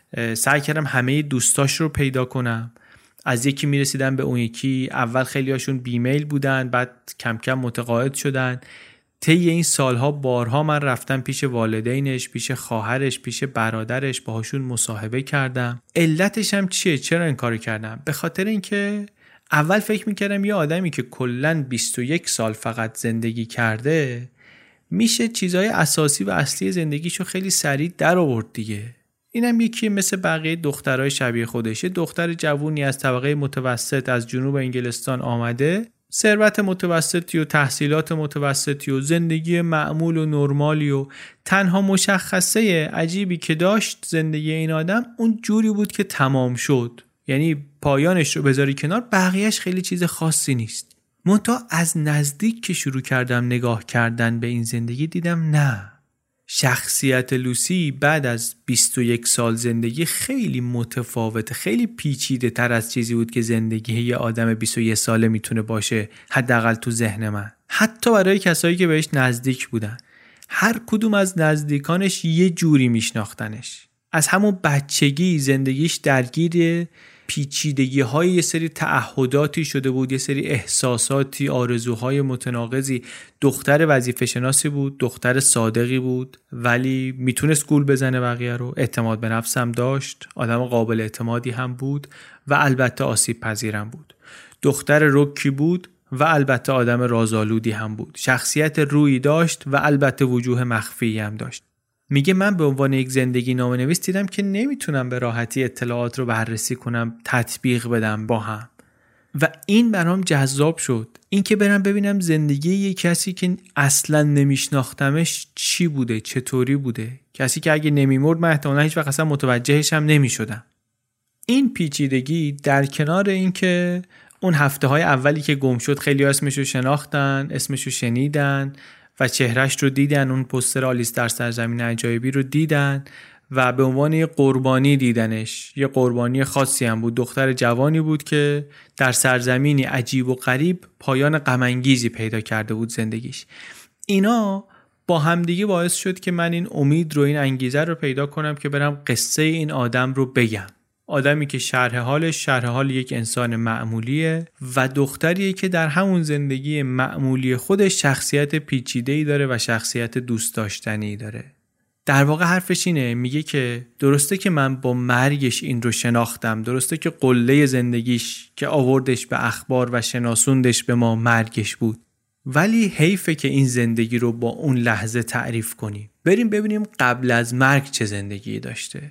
[SPEAKER 4] سعی کردم همه دوستاش رو پیدا کنم. از یکی میرسیدم به اون یکی. اول خیلی هاشون بیمیل بودن، بعد کم کم متقاعد شدن. طی این سالها بارها من رفتم پیش والدینش، پیش خواهرش، پیش برادرش، باهاشون مصاحبه کردم. علتش هم چیه؟ چرا این کارو کردم؟ به خاطر اینکه اول فکر میکردم یه آدمی که کلاً 21 سال فقط زندگی کرده میشه چیزهای اساسی و اصلی زندگیشو خیلی سریع در آورد دیگه. اینم یکی مثل بقیه دخترای شبیه خودشه، دختر جوونی از طبقه متوسط از جنوب انگلستان آمده، ثروت متوسطی و تحصیلات متوسطی و زندگی معمول و نرمالی و تنها مشخصه عجیبی که داشت زندگی این آدم اون جوری بود که تمام شد. یعنی پایانش رو بذاری کنار، بقیهش خیلی چیز خاصی نیست. منتها از نزدیک که شروع کردم نگاه کردن به این زندگی دیدم نه، شخصیت لوسی بعد از 21 سال زندگی خیلی متفاوته، خیلی پیچیده تر از چیزی بود که زندگی یه آدم 21 ساله میتونه باشه، حداقل تو ذهن من. حتی برای کسایی که بهش نزدیک بودن، هر کدوم از نزدیکانش یه جوری میشناختنش. از همون بچگی زندگیش درگیر پیچیدگی های یه سری تعهداتی شده بود، یه سری احساساتی، آرزوهای متناقضی. دختر وظیفه شناسی بود، دختر صادقی بود، ولی میتونست گول بزنه بقیه رو، اعتماد به نفس هم داشت، آدم قابل اعتمادی هم بود و البته آسیب پذیرم بود. دختر رکی بود و البته آدم رازآلودی هم بود. شخصیت رویی داشت و البته وجوه مخفی هم داشت. میگه من به عنوان یک زندگی نامه‌نویس دیدم که نمیتونم به راحتی اطلاعات رو بررسی کنم، تطبیق بدم با هم و این برام جذاب شد. این که برم ببینم زندگی یک کسی که اصلا نمیشناختمش چی بوده، چطوری بوده، کسی که اگه نمیمرد من احتمالاً هیچ وقت اصلا متوجهش هم نمیشدم. این پیچیدگی در کنار این که اون هفته‌های اولی که گم شد خیلی اسمشو شناختن، اسمشو شنیدن و چهرهش رو دیدن، اون پوستر آلیس در سرزمین عجایبی رو دیدن و به عنوان یه قربانی دیدنش. یه قربانی خاصی هم بود، دختر جوانی بود که در سرزمینی عجیب و غریب پایان غم انگیزی پیدا کرده بود زندگیش. اینا با همدیگه باعث شد که من این امید رو، این انگیزه رو پیدا کنم که برم قصه این آدم رو بگم. آدمی که شرح حال یک انسان معمولیه و دختریه که در همون زندگی معمولی خودش شخصیت پیچیده‌ای داره و شخصیت دوست داشتنی داره. در واقع حرفش اینه، میگه که درسته که من با مرگش این رو شناختم، درسته که قله زندگیش که آوردش به اخبار و شناسوندش به ما مرگش بود، ولی حیفه که این زندگی رو با اون لحظه تعریف کنیم. بریم ببینیم قبل از مرگ چه زندگی داشته.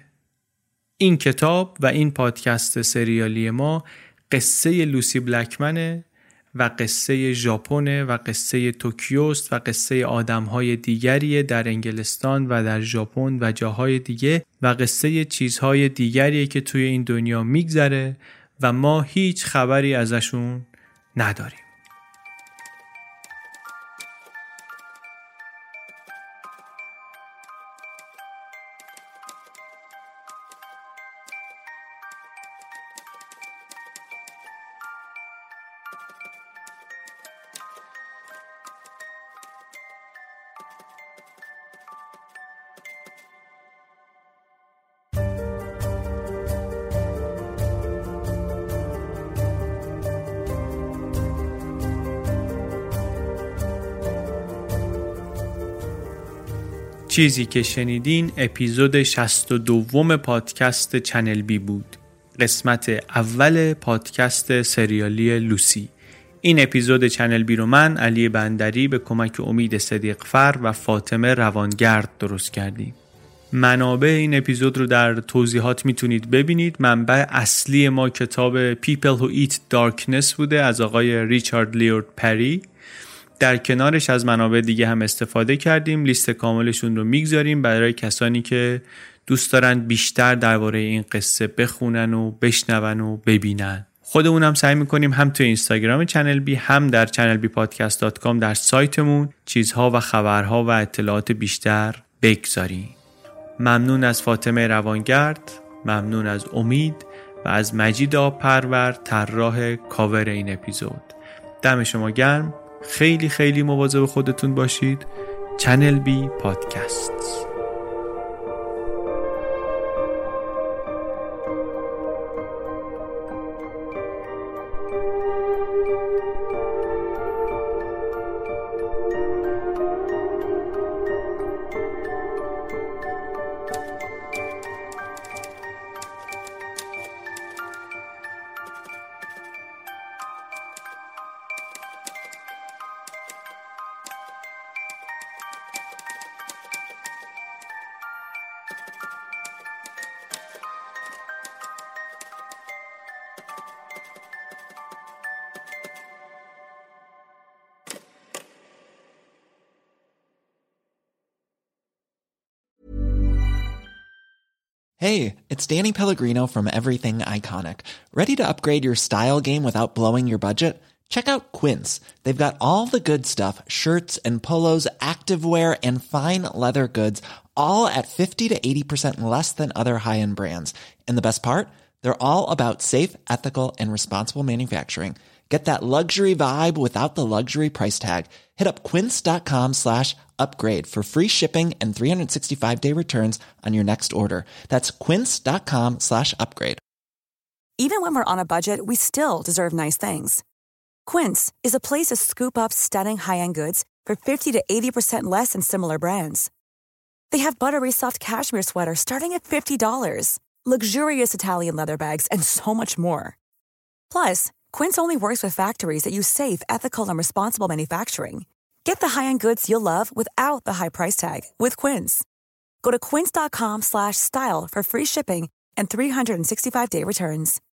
[SPEAKER 4] این کتاب و این پادکست سریالی ما قصه لوسی بلکمنه و قصه ژاپن و قصه توکیوست و قصه آدم‌های دیگریه در انگلستان و در ژاپن و جاهای دیگه و قصه چیزهای دیگریه که توی این دنیا میگذره و ما هیچ خبری ازشون نداریم. چیزی که شنیدین اپیزود 62 پادکست چنل بی بود، قسمت اول پادکست سریالی لوسی. این اپیزود چنل بی رو من علی بندری به کمک امید صدیقفر و فاطمه روانگرد درست کردیم. منابع این اپیزود رو در توضیحات میتونید ببینید. منبع اصلی ما کتاب People Who Eat Darkness بوده از آقای ریچارد لیورد پری. در کنارش از منابع دیگه هم استفاده کردیم. لیست کاملشون رو میگذاریم برای کسانی که دوست دارن بیشتر درباره این قصه بخونن و بشنون و ببینن. خودمون هم سعی میکنیم هم تو اینستاگرام چنل بی هم در channelbpodcast.com در سایتمون چیزها و خبرها و اطلاعات بیشتر بگذاریم. ممنون از فاطمه روانگرد، ممنون از امید و از مجید آبپرور طراح کاور این اپیزود. دم شما گرم. خیلی خیلی مواظب خودتون باشید. چنل بی پادکست.
[SPEAKER 9] Hey, it's Danny Pellegrino from Everything Iconic. Ready to upgrade your style game without blowing your budget? Check out Quince. They've got all the good stuff, shirts and polos, activewear, and fine leather goods, all at 50 to 80% less than other high-end brands. And the best part? They're all about safe, ethical, and responsible manufacturing. Get that luxury vibe without the luxury price tag. Hit up quince.com/upgrade for free shipping and 365-day returns on your next order. That's quince.com/upgrade.
[SPEAKER 1] Even when we're on a budget, we still deserve nice things. Quince is a place to scoop up stunning high-end goods for 50 to 80% less than similar brands. They have buttery soft cashmere sweaters starting at $50, luxurious Italian leather bags, and so much more. Plus, Quince only works with factories that use safe, ethical, and responsible manufacturing. Get the high-end goods you'll love without the high price tag with Quince. Go to quince.com/style for free shipping and 365-day returns.